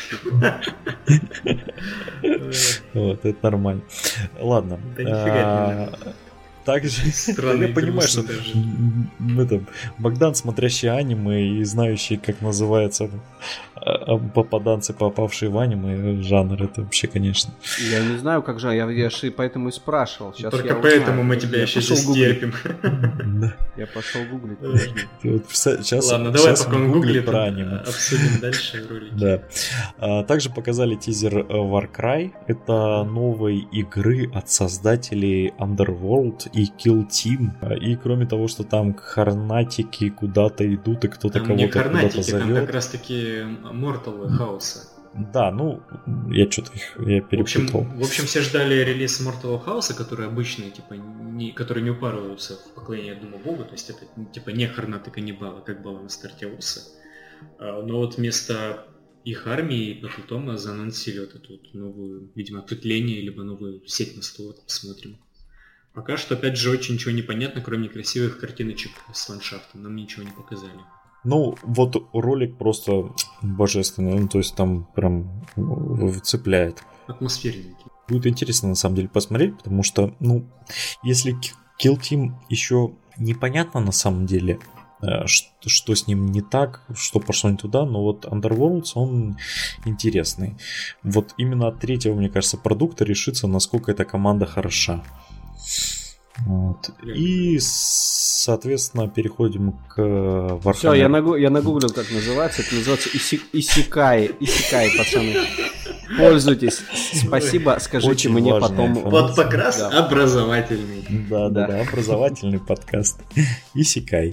Вот, это нормально. Ладно. Да нифига не Также я понимаю, что Богдан, смотрящий аниме и знающий, как называется попаданцы, попавшие в аниме, жанр, это вообще, конечно. Я не знаю, как же, я же поэтому и спрашивал. Сейчас только поэтому мы тебя еще здесь терпим. Я пошел гуглить. Ладно, давай пока он гуглит, про аниме. Обсудим дальше ролики. Да. Также показали тизер Warcry. Это новой игры от создателей Underworld и Kill Team. И кроме того, что там харнатики куда-то идут и кто-то кого-то куда-то зовет. Там как раз-таки Mortal House. Да, ну, я что-то их перепутал. В общем, все ждали релиз Mortal House, который обычный, типа, которые не упарываются в поклонение Дума Бога, то есть это, типа, не Хорнаты каннибалы, как было на старте Оса. Но вот вместо их армии потом заанонсили вот эту вот новую, видимо, ответвление, либо новую сеть на стол, посмотрим. Пока что, опять же, очень ничего не понятно, кроме красивых картиночек с ландшафтом, нам ничего не показали. Ну, вот ролик просто божественный, ну, то есть там прям цепляет. Атмосферненький. Будет интересно, на самом деле, посмотреть, потому что, ну, если Kill Team еще непонятно на самом деле, что с ним не так, что пошло не туда, но вот Underworlds, он интересный. Вот именно от третьего, мне кажется, продукта решится, насколько эта команда хороша. Вот. И, соответственно, переходим к Warhammer. Все, я нагуглил, как называется. Это называется Исикай, пацаны. Пользуйтесь. Спасибо, скажите очень мне потом. Вот как раз образовательный. Да, образовательный подкаст. Исикай.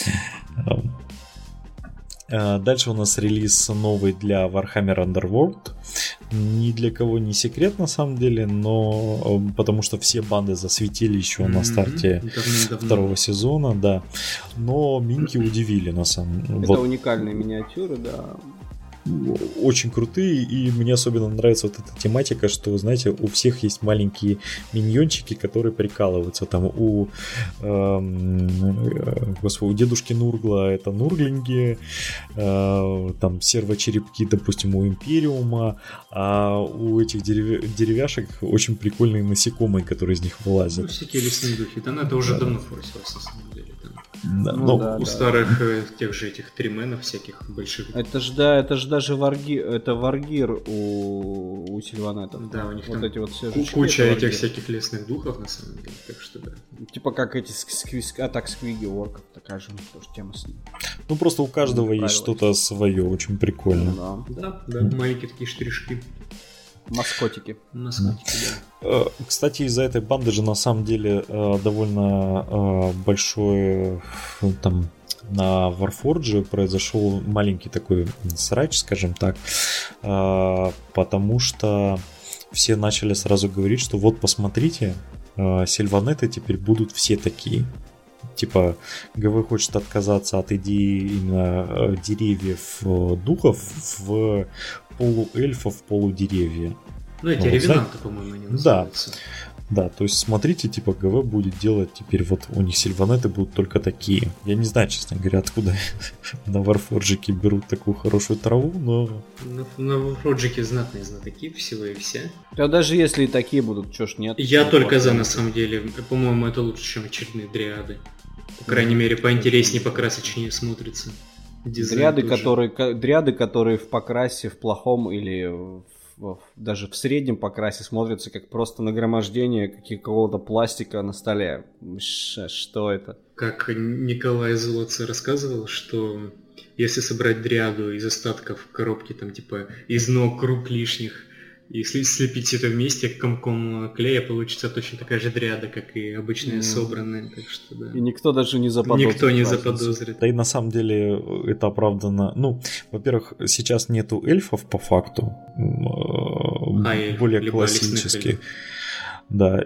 Дальше у нас релиз новый для Warhammer Underworld. Ни для кого не секрет на самом деле, но потому что все банды засветили еще на старте второго сезона, да. Но минки удивили на самом деле. Это уникальные миниатюры, да. Очень крутые, и мне особенно нравится вот эта тематика, что, знаете, у всех есть маленькие миньончики, которые прикалываются. Там у дедушки Нургла это нурглинги, там сервочерепки, допустим, у Империума, а у этих деревяшек очень прикольные насекомые, которые из них вылазят. Ну, всякие лесные духи, да, это уже давно форсилось, на самом деле. Да, у старых тех же этих трименов всяких больших. Это же даже варгир у Сильванетов. Да, у них вот там эти вот все куча этих всяких лесных духов, на самом деле, так что да. Типа как эти атак сквиги орков, такая же тоже тема с ним. Ну просто у каждого есть что-то свое, очень прикольно. Да, маленькие такие штришки. Маскотики, да. Кстати, из-за этой банды же на самом деле довольно большой там на Warforge произошел маленький такой срач, скажем так, потому что все начали сразу говорить, что вот посмотрите, сильванеты теперь будут все такие. Типа, ГВ хочет отказаться от идеи именно деревьев духов в полуэльфов, полудеревья. Ну, эти ревенанты, по-моему, они называются. Да, то есть смотрите, типа ГВ будет делать теперь, вот у них сильванеты будут только такие. Я не знаю, честно говоря, откуда на Варфорджике берут такую хорошую траву, но... На Варфорджике знатные знатоки всего и вся. Да даже если и такие будут, чё ж нет. Я только за, на самом деле. По-моему, это лучше, чем очередные дриады. По крайней мере, поинтереснее, покрасочнее смотрится. Дриады, которые в покрасе, в плохом или даже в среднем покрасе смотрятся как просто нагромождение какого-то пластика на столе. Что это? Как Николай Золотце рассказывал, что если собрать дриаду из остатков коробки, там типа из ног, рук лишних, и слепить это вместе комком клея, получится точно такая же дриада, как и обычная собранная. Так что, да. И никто даже не заподозрит. Никто не заподозрит. Да и на самом деле это оправдано. Ну, во-первых, сейчас нету эльфов по факту. Более классических. Да.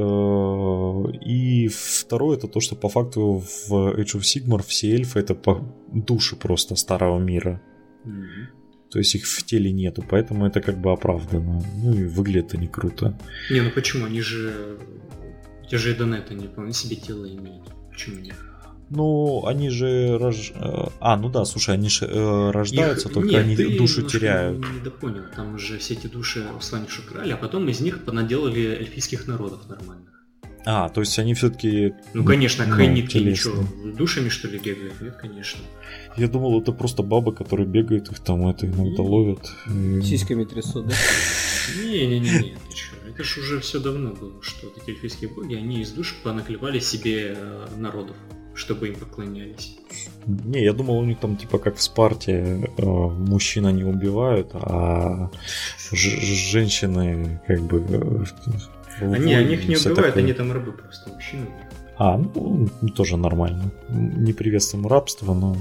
И второе, это то, что по факту в Age of Sigmar все эльфы это души просто старого мира. То есть их в теле нету, поэтому это как бы оправдано. Ну и выглядит не круто. Не, ну почему? Они же... Те же Эдонеты не вполне себе тело имеют. Почему нет? Ну, они же... ну да, слушай, они же рождаются, только они душу теряют. Не недопонял. Там же все эти души в Сланиш украли, а потом из них понаделали эльфийских народов нормальных. То есть они все-таки... Ну, конечно, хайнитки ничего, душами, что ли, бегают? Нет, конечно. Я думал, это просто бабы, которые бегают, их там иногда ловят. Сиськами трясут, да? Не-не-не, ты чё? Это ж уже все давно было, что вот эти эльфийские боги, они из душ понаклевали себе народов, чтобы им поклонялись. Не, я думал, у них там типа как в Спарте мужчин они убивают, а женщины как бы... Они их не убивают, такое. Они там рабы просто, мужчины. Ну, тоже нормально. Не приветствуем рабство, но...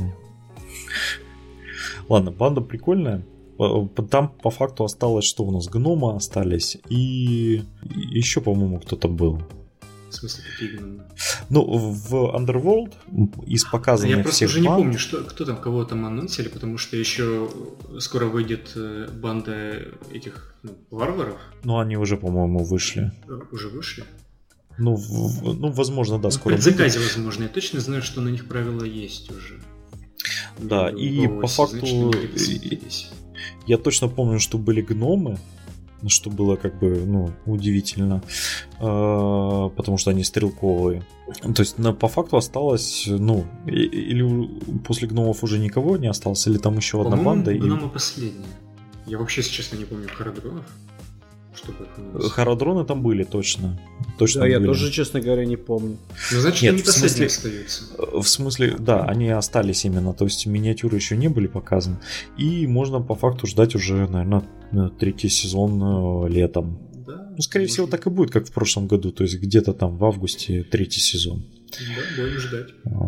Ладно, банда прикольная. Там по факту осталось, что у нас гномы остались, и еще, по-моему, кто-то был. В смысле, какие гномы? Ну, в Underworld из показанных я просто всех уже банд... не помню, кто там, кого там анонсили, потому что еще скоро выйдет банда этих варваров. Ну, они уже, по-моему, вышли. Уже вышли? Ну, возможно, да, скоро. В предзаказе, возможно. Я точно знаю, что на них правила есть уже. Да, и по факту я точно помню, что были гномы, что было как бы, удивительно, потому что они стрелковые. То есть по факту осталось, или после гномов уже никого не осталось, или там еще одна банда. Гномы последние. Я вообще, если честно, не помню харадронов. Харадроны там были, точно. Да, были. Я тоже, честно говоря, не помню. Ну, значит, они последние остаются. В смысле, да, они остались именно. То есть миниатюры еще не были показаны. И можно по факту ждать уже, наверное, третий сезон летом. Да, скорее всего, так и будет, как в прошлом году. То есть где-то там в августе третий сезон. Да, будем ждать.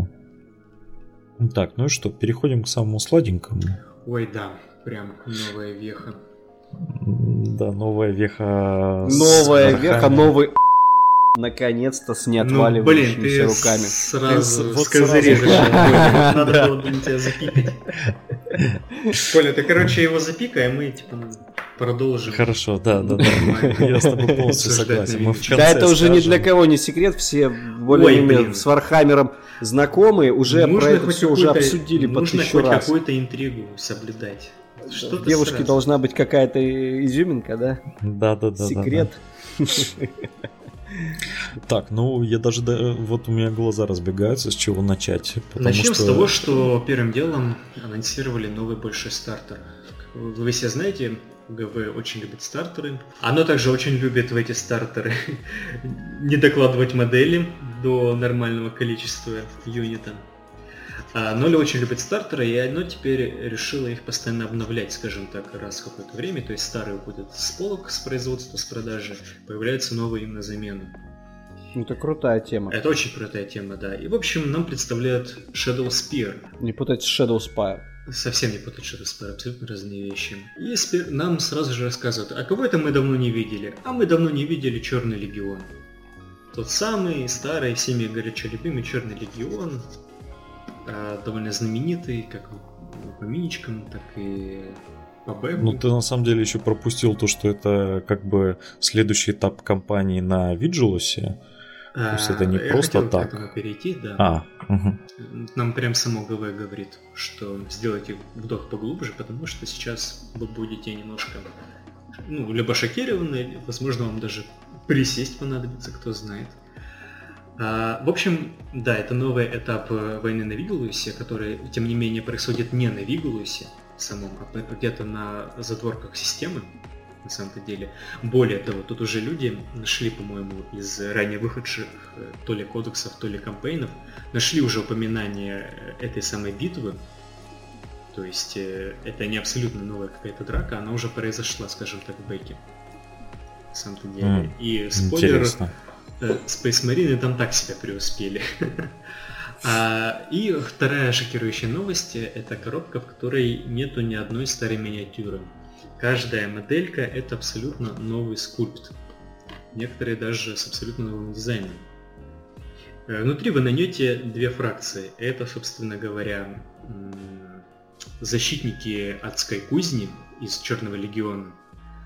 Так, ну и что, переходим к самому сладенькому. Ой, да, прям новая веха. Да, новая веха. Новая веха, новый наконец-то с неотваливающимися руками. Сразу с козырей зашел. Надо было тебя запикать. Коля, ты, короче, его запикай, а мы продолжим. Хорошо, да. Я с тобой полностью согласен. Да, это уже ни для кого не секрет, все более-менее с Вархаммером знакомые, уже про это все уже обсудили по 1000 раз. Нужно хоть какую-то интригу соблюдать. В девушке должна быть какая-то изюминка, да? Да. Секрет. Так, я даже... Вот у меня глаза разбегаются, с чего начать. Начнем с того, что первым делом анонсировали новый большой стартер. Вы все знаете, ГВ очень любит стартеры. Оно также очень любит в эти стартеры не докладывать модели до нормального количества юнита. Ноли очень любит стартеры, и оно теперь решило их постоянно обновлять, скажем так, раз в какое-то время. То есть старые уходят с полок, с производства, с продажи, появляются новые им на замену. Это крутая тема. Это очень крутая тема, да. И, в общем, нам представляют Shadow Spear. Не путать с Shadow Spire. Совсем не путать Shadow Spire, абсолютно разные вещи. И нам сразу же рассказывают, а кого это мы давно не видели? А мы давно не видели Черный Легион. тот самый старый, всеми горячо любимый Черный Легион, довольно знаменитый, как по миничкам, так и по бэку. Ну, ты на самом деле еще пропустил то, что это как бы следующий этап кампании на Vigilus. То есть это не просто я так. к этому перейти, да. Угу. Нам прям само ГВ говорит, что сделайте вдох поглубже, потому что сейчас вы будете немножко, либо шокированы, возможно, вам даже присесть понадобится, кто знает. В общем, да, это новый этап войны на Vigilus, который, тем не менее, происходит не на Vigilus самом, а где-то на затворках системы, на самом-то деле. Более того, тут уже люди нашли, по-моему, из ранее выходших то ли кодексов, то ли кампейнов, нашли уже упоминание этой самой битвы. То есть это не абсолютно новая какая-то драка, она уже произошла, скажем так, в бэке. На самом-то деле. И спойлер, Space Marine там так себя преуспели. И вторая шокирующая новость — это коробка, в которой нету ни одной старой миниатюры. Каждая моделька — это абсолютно новый скульпт. Некоторые даже с абсолютно новым дизайном. Внутри вы найдете две фракции. Это, собственно говоря, защитники адской кузни из Черного Легиона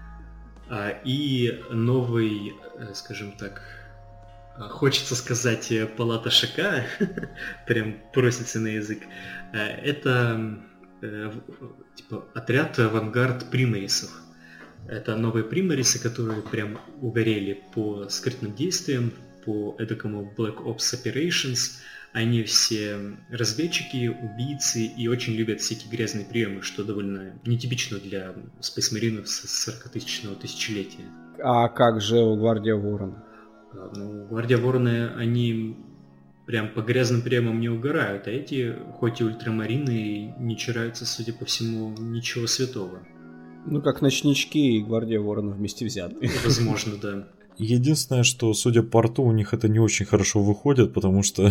и новый, скажем так, хочется сказать, палата ШК, прям просится на язык. Это типа отряд авангард примарисов. Это новые примарисы, которые прям угорели по скрытным действиям, по эдакому Black Ops Operations. Они все разведчики, убийцы и очень любят всякие грязные приемы, что довольно нетипично для Space Marine с 40-тысячного тысячелетия. А как же Гвардия Ворона? Гвардия Ворона, они прям по грязным приемам не угорают, а эти, хоть и ультрамарины, не чираются, судя по всему, ничего святого. Как Ночнички и Гвардия Ворона вместе взятые. Возможно, да. Единственное, что, судя по рту, у них это не очень хорошо выходит, потому что,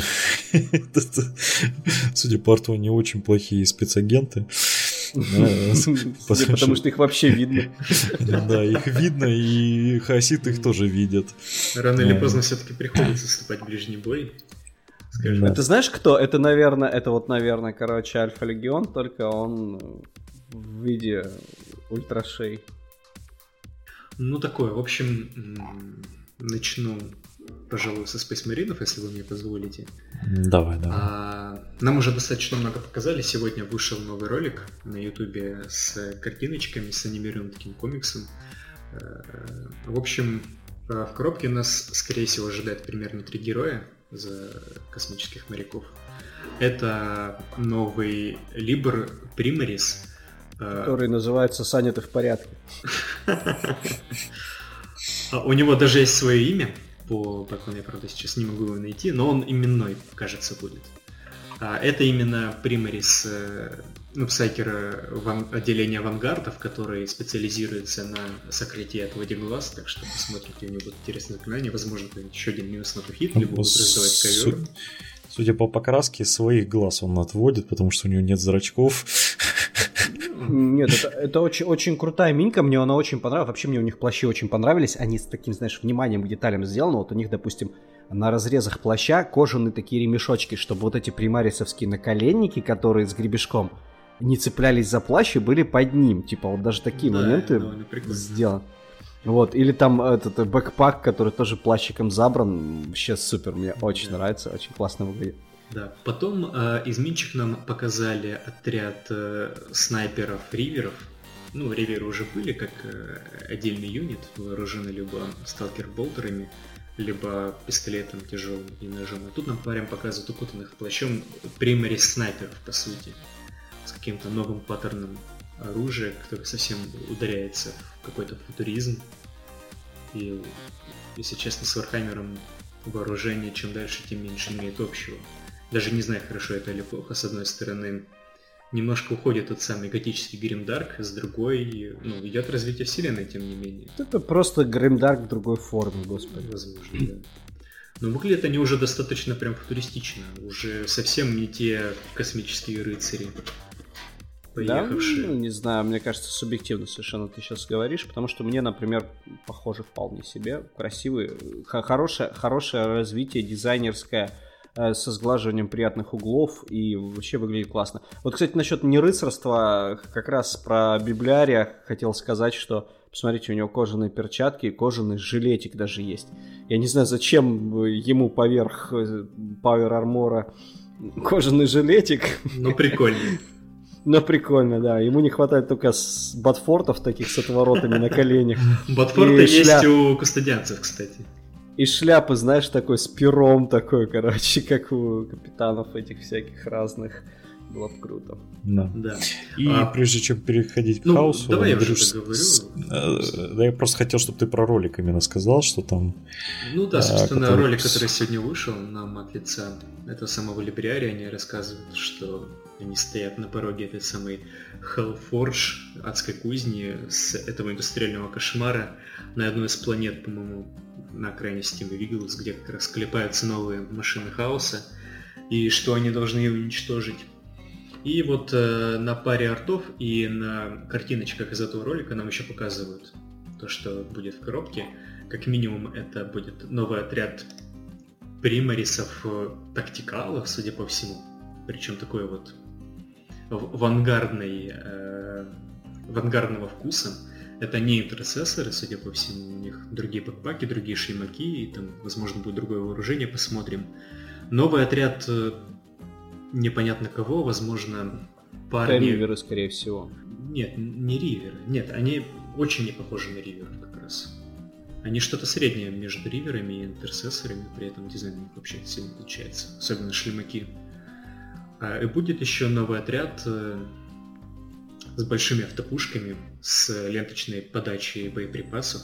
судя по рту, они очень плохие спецагенты. Потому что их вообще видно. Да, их видно, и хаоситы их тоже видят. Рано или поздно все-таки приходится вступать в ближний бой. Ты знаешь, кто? Это, наверное, короче, Альфа-Легион, только он в виде ультрашей. Такое, в общем, начну, пожалуй, со Space Marine, если вы мне позволите. Давай. Нам уже достаточно много показали. Сегодня вышел новый ролик на Ютубе с картиночками, с анимированным таким комиксом. В общем, в коробке нас, скорее всего, ожидает примерно 3 героя за космических моряков. Это новый Liber Primaris, который называется «Саня, ты в порядке». У него даже есть свое имя, так он я, правда, сейчас не могу его найти, но он именной, кажется, будет. Это именно Примарис, псайкер отделения авангардов, который специализируется на сокрытии и отводе глаз, так что посмотрите, у него будут интересные заклинания, возможно, еще один минус на тухит, либо будут раздавать ковер. Судя по покраске, своих глаз он отводит, потому что у него нет зрачков. Нет, это очень, очень крутая минька, мне она очень понравилась. Вообще мне у них плащи очень понравились. Они с таким, знаешь, вниманием к деталям сделаны. Вот у них, допустим, на разрезах плаща кожаные такие ремешочки, чтобы вот эти примарисовские наколенники, которые с гребешком, не цеплялись за плащ и были под ним. Типа вот даже такие моменты сделаны. Вот, или там этот бэкпак, который тоже плащиком забран. Вообще супер, мне очень нравится, очень классно выглядит. Да, потом из минчик нам показали отряд снайперов Риверов. Риверы уже были как отдельный юнит, вооружены либо сталкер-болтерами, либо пистолетом тяжелым и ножом. А тут нам прям показывают укутанных плащом примарис снайперов, по сути, с каким-то новым паттерном оружия, который совсем ударяется в какой-то футуризм. И, если честно, с Вархаммером вооружение чем дальше, тем меньше имеет общего. Даже не знаю, хорошо это или плохо. С одной стороны, немножко уходит тот самый готический гримдарк, с другой, идет развитие вселенной, тем не менее. Это просто гримдарк в другой форме, господи. Возможно, да. Но выглядят они уже достаточно прям футуристично. Уже совсем не те космические рыцари. поехавшие. Да, ну, не знаю, мне кажется, субъективно совершенно ты сейчас говоришь, потому что мне, например, похоже вполне себе. Красивый, хорошее развитие дизайнерское, со сглаживанием приятных углов, и вообще выглядит классно. Вот, кстати, насчет нерыцарства, как раз про библиария хотел сказать, что, посмотрите, у него кожаные перчатки, кожаный жилетик даже есть. Я не знаю, зачем ему поверх Power Armor кожаный жилетик. Ну, прикольно. Ну, прикольно, да. Ему не хватает только ботфортов таких с отворотами на коленях. Ботфорты есть у кустодианцев, кстати. И шляпы, знаешь, такой с пером такой, короче, как у капитанов этих всяких разных. Было бы круто. Да. И прежде чем переходить к хаосу... Давай я уже договорю. Да, я просто хотел, чтобы ты про ролик именно сказал, что там... Ну да, собственно, ролик, который сегодня вышел нам от лица этого самого Либриария, они рассказывают, что они стоят на пороге этой самой Hellforge, адской кузни, с этого индустриального кошмара на одной из планет, по-моему, на окраине Steam Vigilus, где как раз клепаются новые машины хаоса, и что они должны ее уничтожить. И вот на паре артов и на картиночках из этого ролика нам еще показывают то, что будет в коробке. Как минимум это будет новый отряд примарисов тактикалов, судя по всему. Причем такой вот авангардного вкуса. Это не интерцессоры, судя по всему. У них другие бэкпаки, другие шлемаки, и там, возможно, будет другое вооружение, посмотрим. Новый отряд... непонятно кого, возможно, парни... Риверы, скорее всего. Нет, не риверы. Нет, они очень не похожи на риверов как раз. Они что-то среднее между риверами и интерцессорами, при этом дизайн у них вообще сильно отличается. Особенно шлемаки. И будет еще новый отряд с большими автопушками, с ленточной подачей боеприпасов,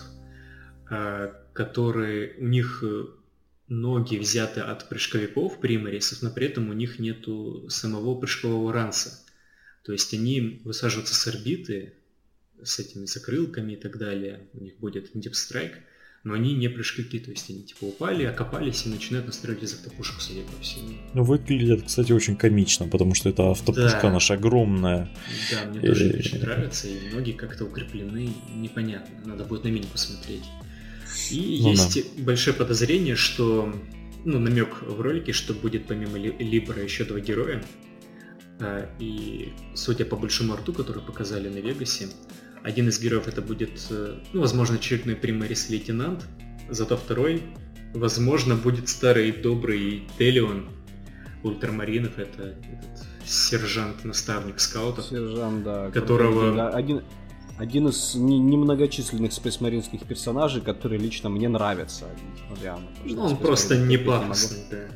которые у них... ноги взяты от прыжковиков, примарисов, но при этом у них нету самого прыжкового ранца. То есть они высаживаются с орбиты, с этими закрылками и так далее. У них будет Deep Strike, но они не прыжковики. То есть они типа упали, окопались и начинают настраивать из автопушек, судя по всему. Ну, выглядит, кстати, очень комично, потому что это автопушка наша огромная. Да, мне тоже это очень нравится, и ноги как-то укреплены, непонятно. Надо будет на мини посмотреть. И есть большое подозрение, что, намек в ролике, что будет помимо Либра еще два героя. И судя по большому арту, который показали на Вегасе, один из героев это будет, возможно, очередной примарис-лейтенант, зато второй, возможно, будет старый добрый Телион ультрамаринов, это этот сержант-наставник скаутов. Сержант, да. Которого... Один из немногочисленных спейсмаринских персонажей, который лично мне нравится. Несмотря на то, что он просто не пафосный,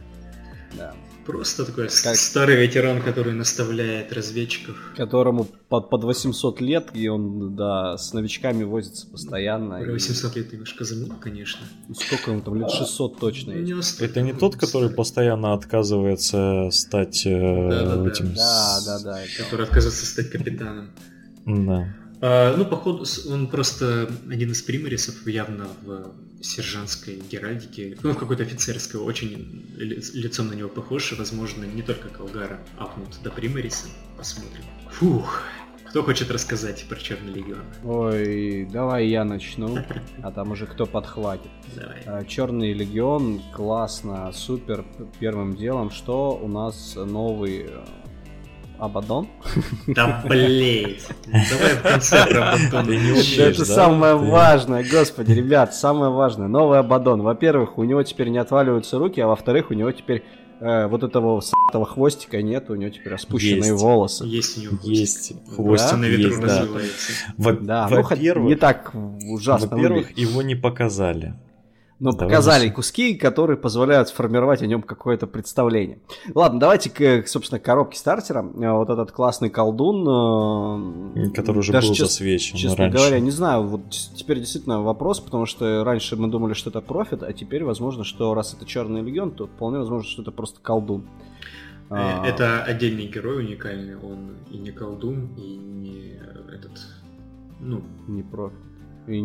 да. Просто такой старый ветеран, который наставляет разведчиков. Которому под 800 лет, и он, с новичками возится постоянно. 800 лет немножко замыло, конечно. Сколько ему там, лет 600 точно есть. Это не тот, который постоянно отказывается стать этим... Да. Который отказывается стать капитаном. Да. Походу, он просто один из примарисов, явно в сержантской геральдике, в какой-то офицерской, очень лицом на него похож, и, возможно, не только Калгара апнут до примариса. Посмотрим. Фух, кто хочет рассказать про Черный Легион? Ой, давай я начну, а там уже кто подхватит. Давай. Черный Легион, классно, супер. Первым делом, что у нас новый... Абаддон? Да, блять. Давай в конце про Абаддон. Это самое важное, господи, ребят, самое важное. Новый Абаддон. Во-первых, у него теперь не отваливаются руки, а во-вторых, у него теперь вот этого с***того хвостика нет, у него теперь распущенные волосы. Есть у него есть хвост, на ветру развивается. Во-первых, не так ужасно. Во-первых, его не показали. Но показали куски, которые позволяют сформировать о нем какое-то представление. Ладно, давайте к, собственно, коробке стартера. Вот этот классный колдун. Который уже был засвечен честно раньше. Говоря, не знаю, вот теперь действительно вопрос, потому что раньше мы думали, что это профит, а теперь, возможно, что раз это Черный Легион, то вполне возможно, что это просто колдун. Это отдельный герой уникальный, он и не колдун, и не этот, не профит. И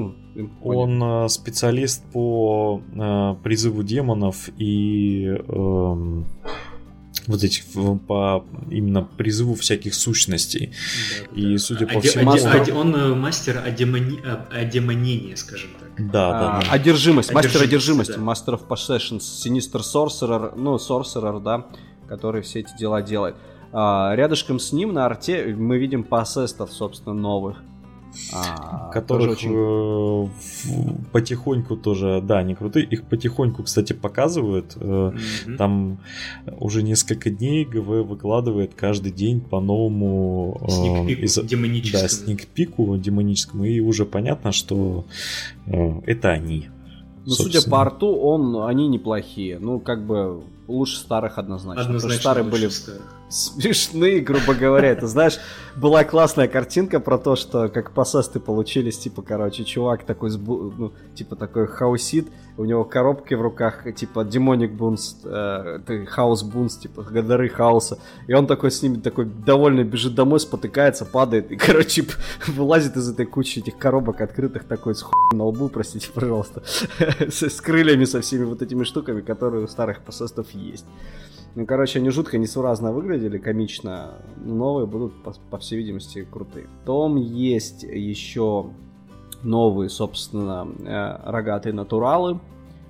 он специалист по призыву демонов и вот этих по именно призыву всяких сущностей. Да, и да. судя по всему... Он мастер одемонения, скажем так. Да. Одержимость, мастер одержимости, да. Master of Possessions, Sinister Sorcerer, Sorcerer, да, который все эти дела делает. Рядышком с ним на арте мы видим поссестов, собственно, новых. Которых очень... потихоньку тоже, да, они крутые. Их потихоньку, кстати, показывают. Там уже несколько дней ГВ выкладывает каждый день по новому демоническому. Да, сникпику демоническому. И уже понятно, что это они. Ну, судя по арту, они неплохие. Ну, как бы лучше старых однозначно. Однозначно старые лучше были старых. Смешные, грубо говоря. Ты знаешь, была классная картинка про то, что как поссесты получились, типа, короче, чувак такой, типа такой хаусит, у него коробки в руках, типа, демоник бунс, хаус бунс, типа, дары хаоса. И он такой с ними, такой довольно бежит домой, спотыкается, падает и, короче, вылазит из этой кучи этих коробок открытых, такой с хуем на лбу, простите, пожалуйста, с крыльями, со всеми вот этими штуками, которые у старых поссестов есть. Ну, короче, они жутко несуразно выглядели, комично. Новые будут, по всей видимости, крутые. Потом есть еще новые, собственно, рогатые натуралы,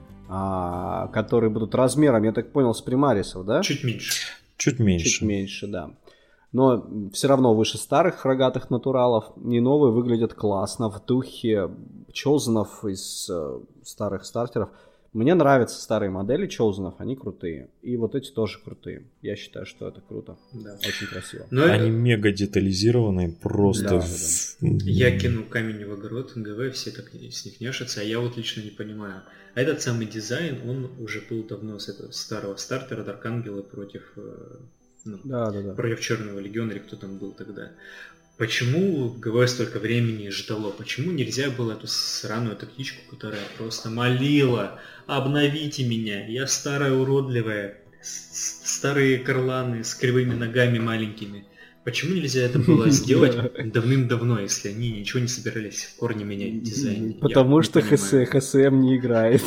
которые будут размером, я так понял, с примарисов, да? Чуть меньше. Чуть меньше. Чуть меньше, да. Но все равно выше старых рогатых натуралов. И новые выглядят классно, в духе чозенов из старых стартеров. Мне нравятся старые модели Chosen'ов, они крутые. И вот эти тоже крутые. Я считаю, что это круто. Да. Очень красиво. Но они мега детализированные, просто... Да. Я кину камень в огород, ГВ, все так с них няшатся, а я вот лично не понимаю. А этот самый дизайн, он уже был давно с этого старого стартера, Дарк Ангела против Черного Легиона, или кто там был тогда. Почему ГВ столько времени ждало? Почему нельзя было эту сраную тактичку, которая просто молила: обновите меня, я старая уродливая, старые карланы с кривыми ногами маленькими. Почему нельзя это было сделать давным-давно, если они ничего не собирались в корне менять дизайн? Потому что ХСМ не играет.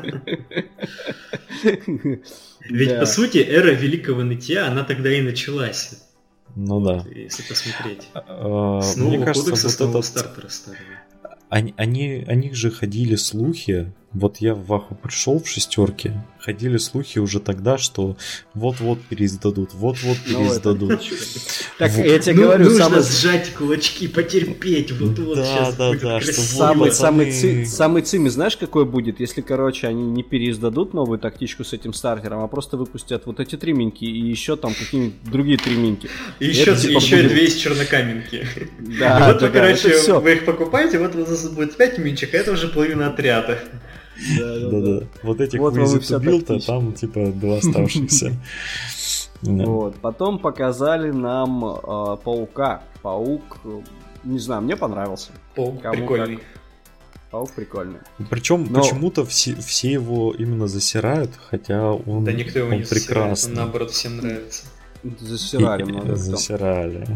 Ведь по сути эра великого нытья, она тогда и началась. Ну да. Если посмотреть. С нового кодекса, с нового стартера старого. О них же ходили слухи. Вот я в Ваху пришел в шестерке. Ходили слухи уже тогда, что вот-вот переиздадут, вот-вот переиздадут. Так, я тебе говорю, нужно сжать кулачки, потерпеть, вот-вот сейчас будет красиво. Самый цимис, знаешь, какой будет, если, короче, они не переиздадут новую тактичку с этим стартером, а просто выпустят вот эти 3 миньки и еще там какие-нибудь другие 3 миньки. И еще 2 из чернокаменки. Да, вот вы, короче, вы их покупаете, вот у вас будет 5 минчик, а это уже половина отряда. Да. Вот этих Wizard Build, а там типа 2 оставшихся. Вот. Потом показали нам Паука. Паук, не знаю, мне понравился. Паук прикольный. Паук прикольный. Причем почему-то все его именно засирают, хотя он, да никто его не прекрасный. Засирает, он наоборот всем нравится. Засирали много кто. Засирали.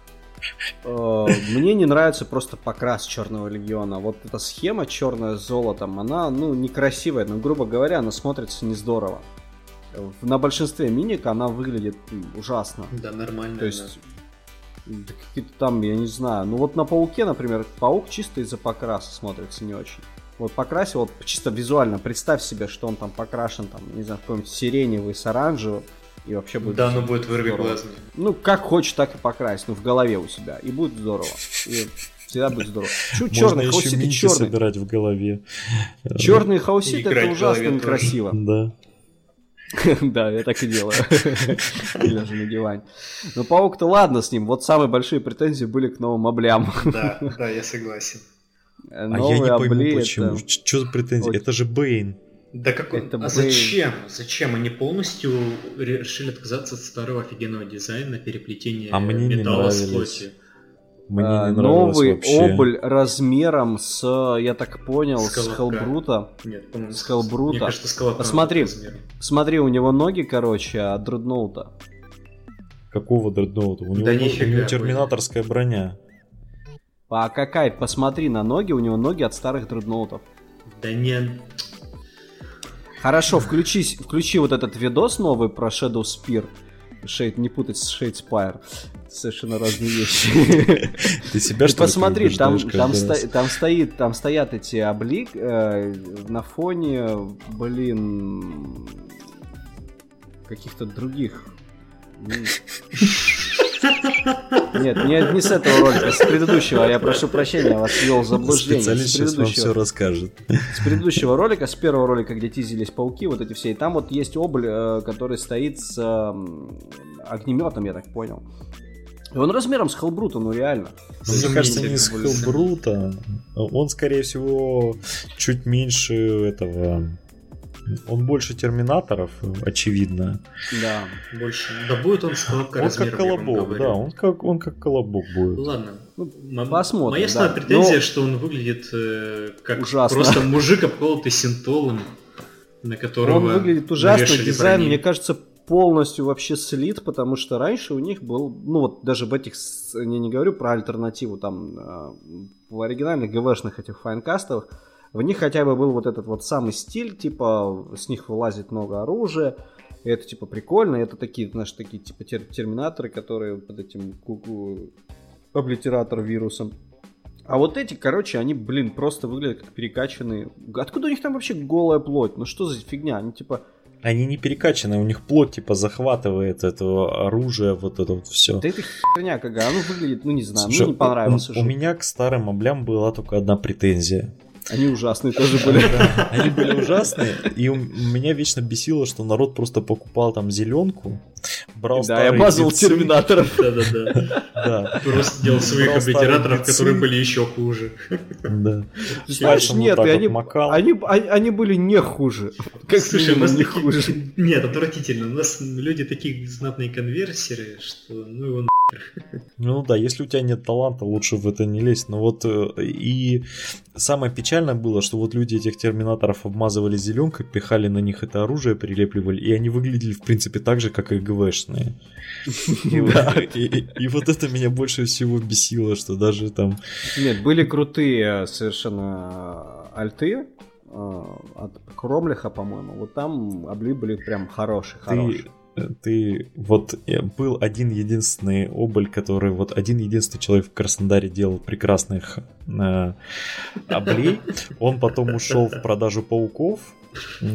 Мне не нравится просто покрас Черного Легиона. Вот эта схема черная с золотом, она, некрасивая, но, грубо говоря, она смотрится не здорово. На большинстве миник она выглядит ужасно. Да, нормально. То есть, какие-то там, я не знаю. Ну вот на Пауке, например, Паук чисто из-за покраса смотрится не очень. Вот покрасил, вот чисто визуально, представь себе, что он там покрашен, там, не знаю, какой-нибудь сиреневый с оранжевым. И вообще будет. Да, будет вырви глазами. Ну, как хочешь, так и покрась. В голове у себя. И будет здорово. И всегда будет здорово. Черные хауситы черные. Собирать в голове. Черные хауситы это ужасно некрасиво. Да. Да, я так и делаю. Или даже на диване. Но Паук-то ладно с ним. Вот самые большие претензии были к новым облям. Да, я согласен. А я не пойму почему. Что за претензии? Это же Бэйн. Да какой? А зачем? Зачем? Они полностью решили отказаться от старого офигенного дизайна, переплетения металла с плотью. Мне не нравилось новый вообще. обль размером с, я так понял, с Хеллбрута. Нет, по-моему, с Хеллбрута. Мне кажется, с Колокна. Посмотри, у него ноги, короче, от Дредноута. Какого Дредноута? У него терминаторская броня. А какая? Посмотри на ноги, у него ноги от старых Дредноутов. Да нет. Хорошо, включи вот этот видос новый про Shadow Spear Не путать с Shadespire. Совершенно разные вещи. Ты себя что ли посмотри, там убеждаешь стоят эти облик на фоне, каких-то других. Нет, не с этого ролика, с предыдущего. Я прошу прощения, я вас ввел в заблуждение. Специалист сейчас вам все расскажет. С предыдущего ролика, с первого ролика, где тизились пауки, вот эти все. И там вот есть обль, который стоит с огнеметом, я так понял. И он размером с Хеллбрута, ну реально. Мне кажется, не с Хеллбрута. Он, скорее всего, чуть меньше этого... Он больше терминаторов, очевидно. Да. Больше. Да будет он с колобка размером. Он как колобок, да, он как колобок будет. Ладно. Посмотрим. Моя основная претензия, что он выглядит как ужасно. Просто мужик, обколотый синтолом, на которого он выглядит ужасно. Дизайн, мне кажется, полностью вообще слит, потому что раньше у них был, ну вот даже в этих, я не говорю про альтернативу, там в оригинальных ГВшных этих файнкастах, в них хотя бы был вот этот вот самый стиль, типа, с них вылазит много оружия, и это, типа, прикольно, это такие, знаешь, такие, типа, терминаторы, которые под этим облитератор вирусом. А вот эти, короче, они, просто выглядят как перекачанные. Откуда у них там вообще голая плоть? Ну что за фигня? Они, типа... Они не перекачаны, у них плоть, типа, захватывает это оружие, вот это вот все. Да это херня какая, оно выглядит, ну не знаю, мне не понравилось. У меня к старым облям была только одна претензия. Они ужасные тоже были. Они были ужасные, и меня вечно бесило, что народ просто покупал там зеленку, брал старые я мазал терминаторов. Да. Просто делал своих облитераторов, которые были еще хуже. Да. Знаешь, нет, они были не хуже. Слушай, у нас не хуже. Нет, отвратительно. У нас люди такие знатные конверсеры, что ну его нахер. Ну да, если у тебя нет таланта, лучше в это не лезть. Но вот и самое печальное было, что вот люди этих терминаторов обмазывали зеленкой, пихали на них это оружие, прилепливали, и они выглядели в принципе так же, как и ГВшные. И вот это меня больше всего бесило, что даже там... Нет, были крутые совершенно альты от Кромлиха, по-моему. Вот там обли были прям хорошие. Ты вот был один единственный обль, который вот один единственный человек в Краснодаре делал прекрасных облей. Он потом ушел в продажу пауков. И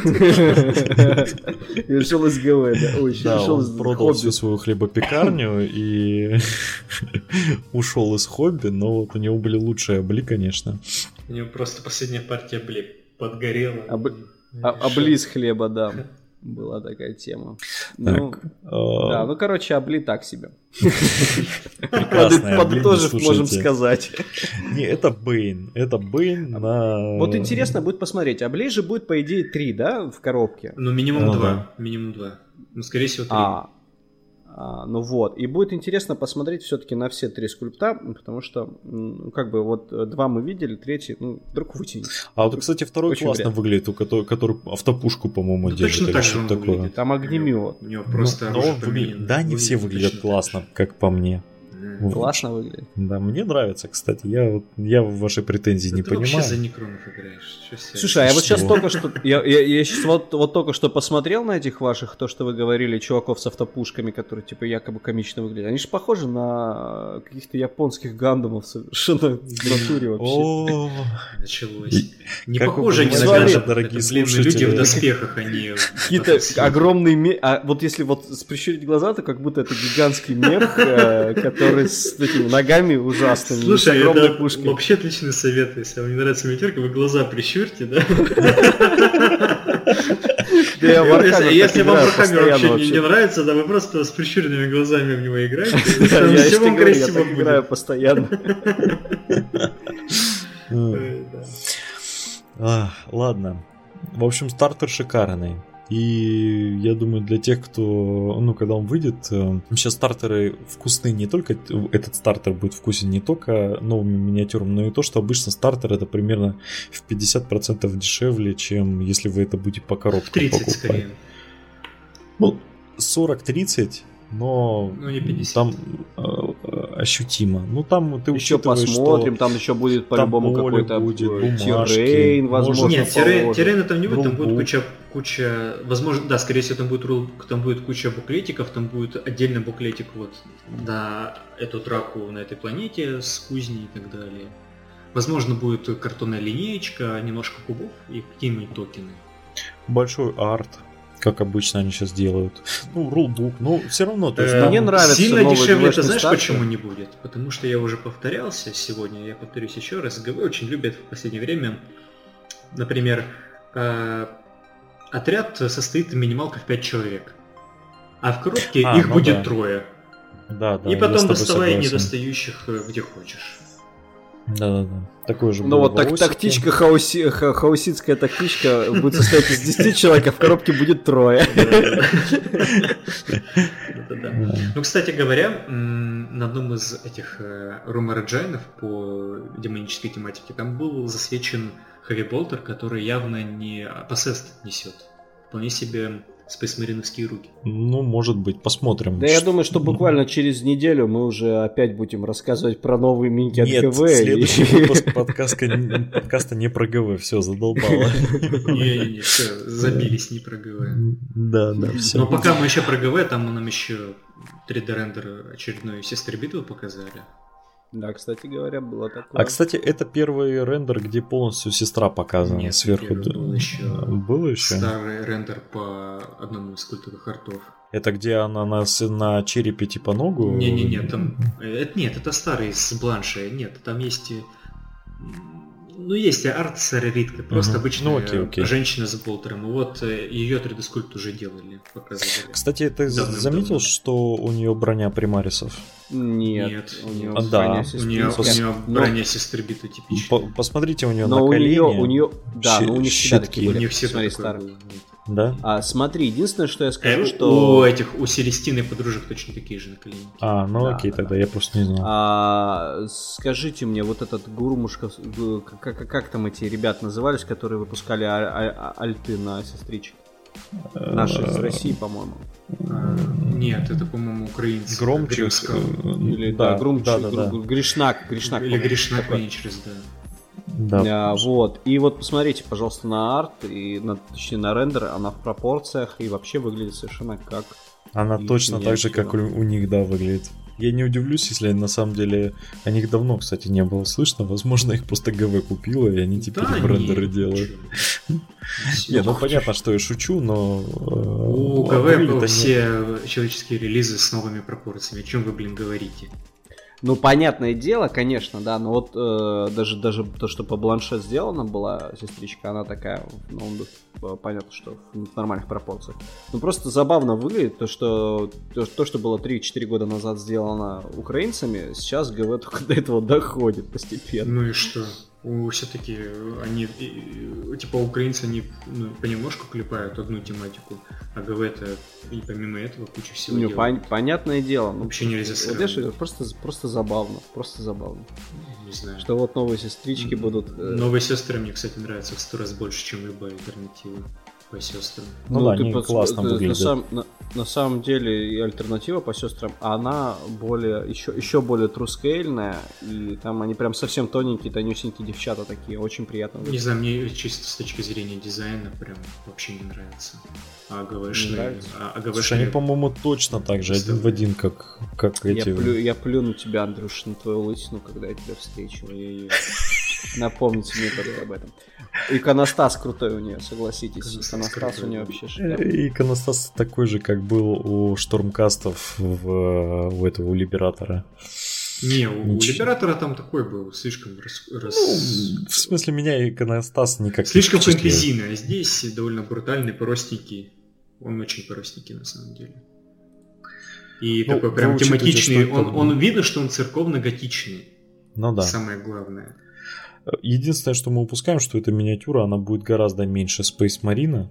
ушел из ГВ, да? Да, он продал всю свою хлебопекарню и ушел из хобби, но вот у него были лучшие обли, конечно. У него просто последняя партия облей подгорела. Обли из хлеба, да. Была такая тема. Так, да, ну, короче, обли так себе. Прекрасная обли, тоже можем сказать. Не, это Бэйн. Это Бэйн на... Вот интересно будет посмотреть. Облей же будет, по идее, 3, да, в коробке? Ну, минимум 2. Минимум 2. Ну, скорее всего, 3. Ну вот, и будет интересно посмотреть все-таки на все 3 скульпта, потому что, как бы, вот 2 мы видели, 3, ну, вдруг вытянет. А вот, кстати, второй очень классно выглядит, который автопушку, по-моему, держит. Точно так же он выглядит. Там огнемет. У него просто да, они все выглядят классно, как по мне. Классно выглядит. Да, мне нравится, кстати. Я ваши претензии не понимаю. Ты вообще за некронов играешь. Слушай, а я вот сейчас только что... Я сейчас вот только что посмотрел на этих ваших, то, что вы говорили, чуваков с автопушками, которые, типа, якобы комично выглядят. Они же похожи на каких-то японских гандамов совершенно в натуре вообще. Началось. Не похожи они на гандамов, дорогие слушатели. Люди в доспехах, они... Какие-то огромные... А вот если вот прищурить глаза, то как будто это гигантский мех, который с такими ногами ужасными. Слушай, это вообще отличный совет. Если вам не нравится миниатюрка, вы глаза прищурьте, да? Если вам Warhammer вообще не нравится, да, вы просто с прищуренными глазами в него играете. Я вам красиво играю постоянно. Ладно. В общем, стартер шикарный. И я думаю, для тех, кто, ну, когда он выйдет, сейчас стартеры вкусны не только, этот стартер будет вкусен не только новыми миниатюрами, но и то, что обычно стартер это примерно в 50% дешевле, чем если вы это будете по коробкам 30 покупать. Скорее. Ну, 40-30, но не 50. Там ощутимо. Ну там ты еще посмотрим, там еще будет по-любому какой-то террейн, возможно. Нет, террейна там не будет, там будет куча, возможно, да, скорее всего, там будет куча буклетиков, там будет отдельный буклетик вот на эту драку на этой планете с кузней и так далее. Возможно, будет картонная линеечка, немножко кубов и какие-нибудь токены. Большой арт, как обычно они сейчас делают. Ну, рулбук, но все равно. То есть, мне нравится. Сильно дешевле, это знаешь, почему не будет? Потому что я уже повторялся сегодня, я повторюсь еще раз. ГВ очень любят в последнее время, например, отряд состоит минималка в 5 человек, а в коробке их будет 3. Да, и потом доставай недостающих где хочешь. Да. Такой же. Ну вот тактичка, хауситская тактичка будет состоять из 10 человек, а в коробке будет 3. Ну, кстати говоря, на одном из этих румор-джайнов по демонической тематике там был засвечен хэви-болтер, который явно не посест несет. Вполне себе спейсмариновские руки. Ну, может быть, посмотрим. Да я думаю, что буквально через неделю мы уже опять будем рассказывать про новые минки от ГВ. Нет, следующий выпуск подкаста не про ГВ, все, задолбало. Не, все, забились не про ГВ. Да, все. Но пока мы еще про ГВ, там нам еще 3D-рендер очередной сестры битвы показали. Да, кстати говоря, было такое. А, кстати, это первый рендер, где полностью сестра показана. Нет, сверху. Был еще старый рендер по одному из культовых артов. Это где она на черепе типа ногу? Не, там... Нет, это старый с Бланшей. Нет, там есть... Ну, есть арт с Рарриткой, просто обычная женщина с болтером. И вот ее 3D-скульпт уже делали, показывали. Кстати, ты заметил, что у нее броня примарисов? Нет, у нее броня сестры биты типичная. Посмотрите у нее на колени. У нее, да, но у них всегда такие были. У них все смотри, старые. Да? Смотри, единственное, что я скажу, что... У Селестины подружек точно такие же наклейки. Окей, тогда я просто не знал. Скажите мне, вот этот Гурмушка, как там эти ребята назывались, которые выпускали альты на сестричек? Наши из России, по-моему. Нет, это, по-моему, украинцы. Громчик. Или, Гришнак. Или Гришнак Венчерс, да. Да. Вот. И вот посмотрите, пожалуйста, на арт, точнее на рендер, она в пропорциях и вообще выглядит совершенно как... Она точно так же, как у них, да, выглядит. Я не удивлюсь, если на самом деле о них давно, кстати, не было слышно. Возможно, их просто ГВ купила, и они теперь рендеры делают. Не, ну понятно, что я шучу, но... У ГВ все человеческие релизы с новыми пропорциями. О чем вы, говорите? Ну, понятное дело, конечно, да, но вот даже то, что по Бланше сделана была сестричка, она такая, понятно, что в нормальных пропорциях. Ну, просто забавно выглядит то, что было 3-4 года назад сделано украинцами, сейчас ГВ только до этого доходит постепенно. Ну и что? Все-таки они, типа украинцы, они понемножку клепают одну тематику, а ГВ-то и помимо этого куча всего делают. Понятное дело. Вообще нельзя сравнивать. Просто забавно. Не знаю. Что вот новые сестрички будут... Новые сестры мне, кстати, нравятся в 100 раз больше, чем любая альтернатива по сестрам. Ну да, они классно выглядят. На самом деле и альтернатива по сестрам, она еще более трускейльная, и там они прям совсем тоненькие, тонюсенькие девчата такие, очень приятно. Не знаю, мне чисто с точки зрения дизайна прям вообще не нравится. А ГВшные... Слушай, они, по-моему, точно так же, один в один, как эти... Я плюну тебя, Андрюш, на твою лысину, когда я тебя встречу. Напомните мне только об этом. Иконостас крутой у нее, согласитесь. Иконостас у нее вообще шикарный. Иконостас такой же, как был у Штормкастов у Либератора. Не, у Либератора там такой был, слишком в смысле, меня Иконостас никак слишком фэнтезийный, а здесь довольно брутальный, простенький. Он очень простенький на самом деле. И такой прям тематичный. Он видно, что он церковно-готичный. Ну да. Самое главное. Единственное, что мы упускаем, что эта миниатюра, она будет гораздо меньше Space Marine,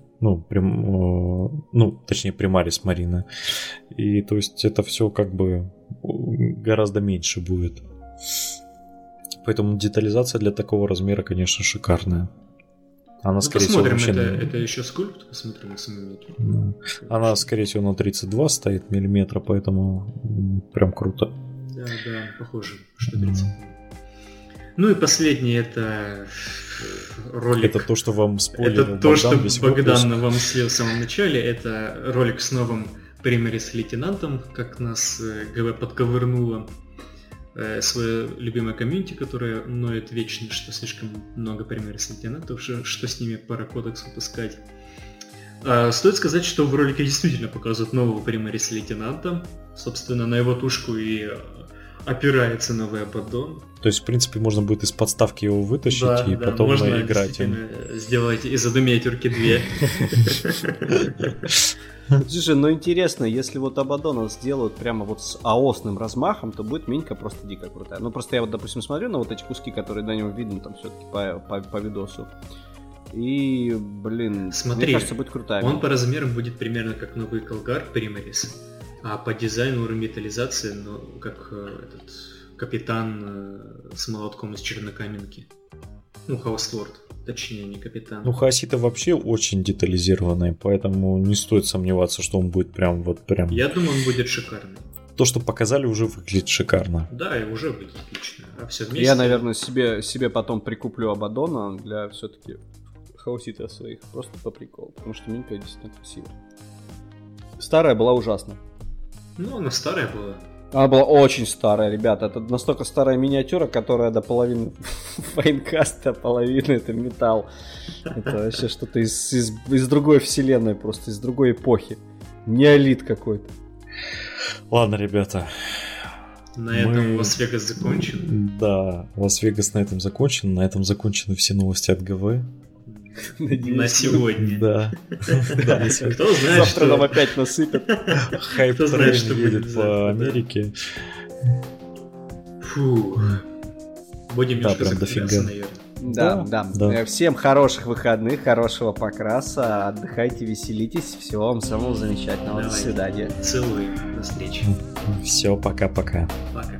точнее Primaris Marine. И то есть это все как бы гораздо меньше будет. Поэтому детализация для такого размера, конечно, шикарная. Она, скорее всего, вообще... это еще скульпт, посмотрим на самом деле. Да. Она, скорее всего, на 32 стоит миллиметра, поэтому прям круто. Да, похоже, что 30. Ну и последний это ролик. Это то, что вам спойлерил Это то, что Богдан выпуск. вам слил в самом начале. Это ролик с новым Примерис лейтенантом, как нас ГВ подковырнуло. Свое любимое комьюнити, которое ноет вечно, что слишком много Примерис лейтенантов, что с ними пора кодекс выпускать. Стоит сказать, что в ролике действительно показывают нового Примерис лейтенанта. Собственно, на его тушку и опирается новый Абаддон. То есть, в принципе, можно будет из подставки его вытащить и потом можно играть им. Сделать из Адумиатюрки 2. Слушай, ну интересно, если вот Абаддона сделают прямо вот с АОСным размахом, то будет минька просто дико крутая. Ну просто я вот, допустим, смотрю на вот эти куски, которые на нем видно там все-таки по видосу. И, блин, смотри, мне кажется, будет крутая. Он по размерам будет примерно как новый Колгар Примерис, а по дизайну и металлизации, ну, как этот капитан с молотком из чернокаменки. Ну, Хаусворд. Точнее, не капитан. Ну, хаоситы вообще очень детализированные, поэтому не стоит сомневаться, что он будет прям вот прям... Я думаю, он будет шикарный. То, что показали, уже выглядит шикарно. Да, и уже выглядит отлично. А все вместе... Я, наверное, себе потом прикуплю Абаддона для все-таки хаоситов своих. Просто по приколу. Потому что минька действительно красивая. Старая была ужасна. Ну, она старая была. Она была очень старая, ребята. Это настолько старая миниатюра, которая до половины файнкаста, половины это металл. Это вообще что-то из другой вселенной, просто из другой эпохи. Неолит какой-то. Ладно, ребята. На этом Лас-Вегас закончен. Да, Лас-Вегас на этом закончен. На этом закончены все новости от ГВ. На сегодня. Да. Кто знает, завтра нам опять насыпят. Хайп-трейн едет по Америке. Фу. Будем немножко закругляться, наверное. Да. Всем хороших выходных, хорошего покраса. Отдыхайте, веселитесь. Всего вам самого замечательного. До свидания. Целую. До встречи. Все, пока-пока. Пока.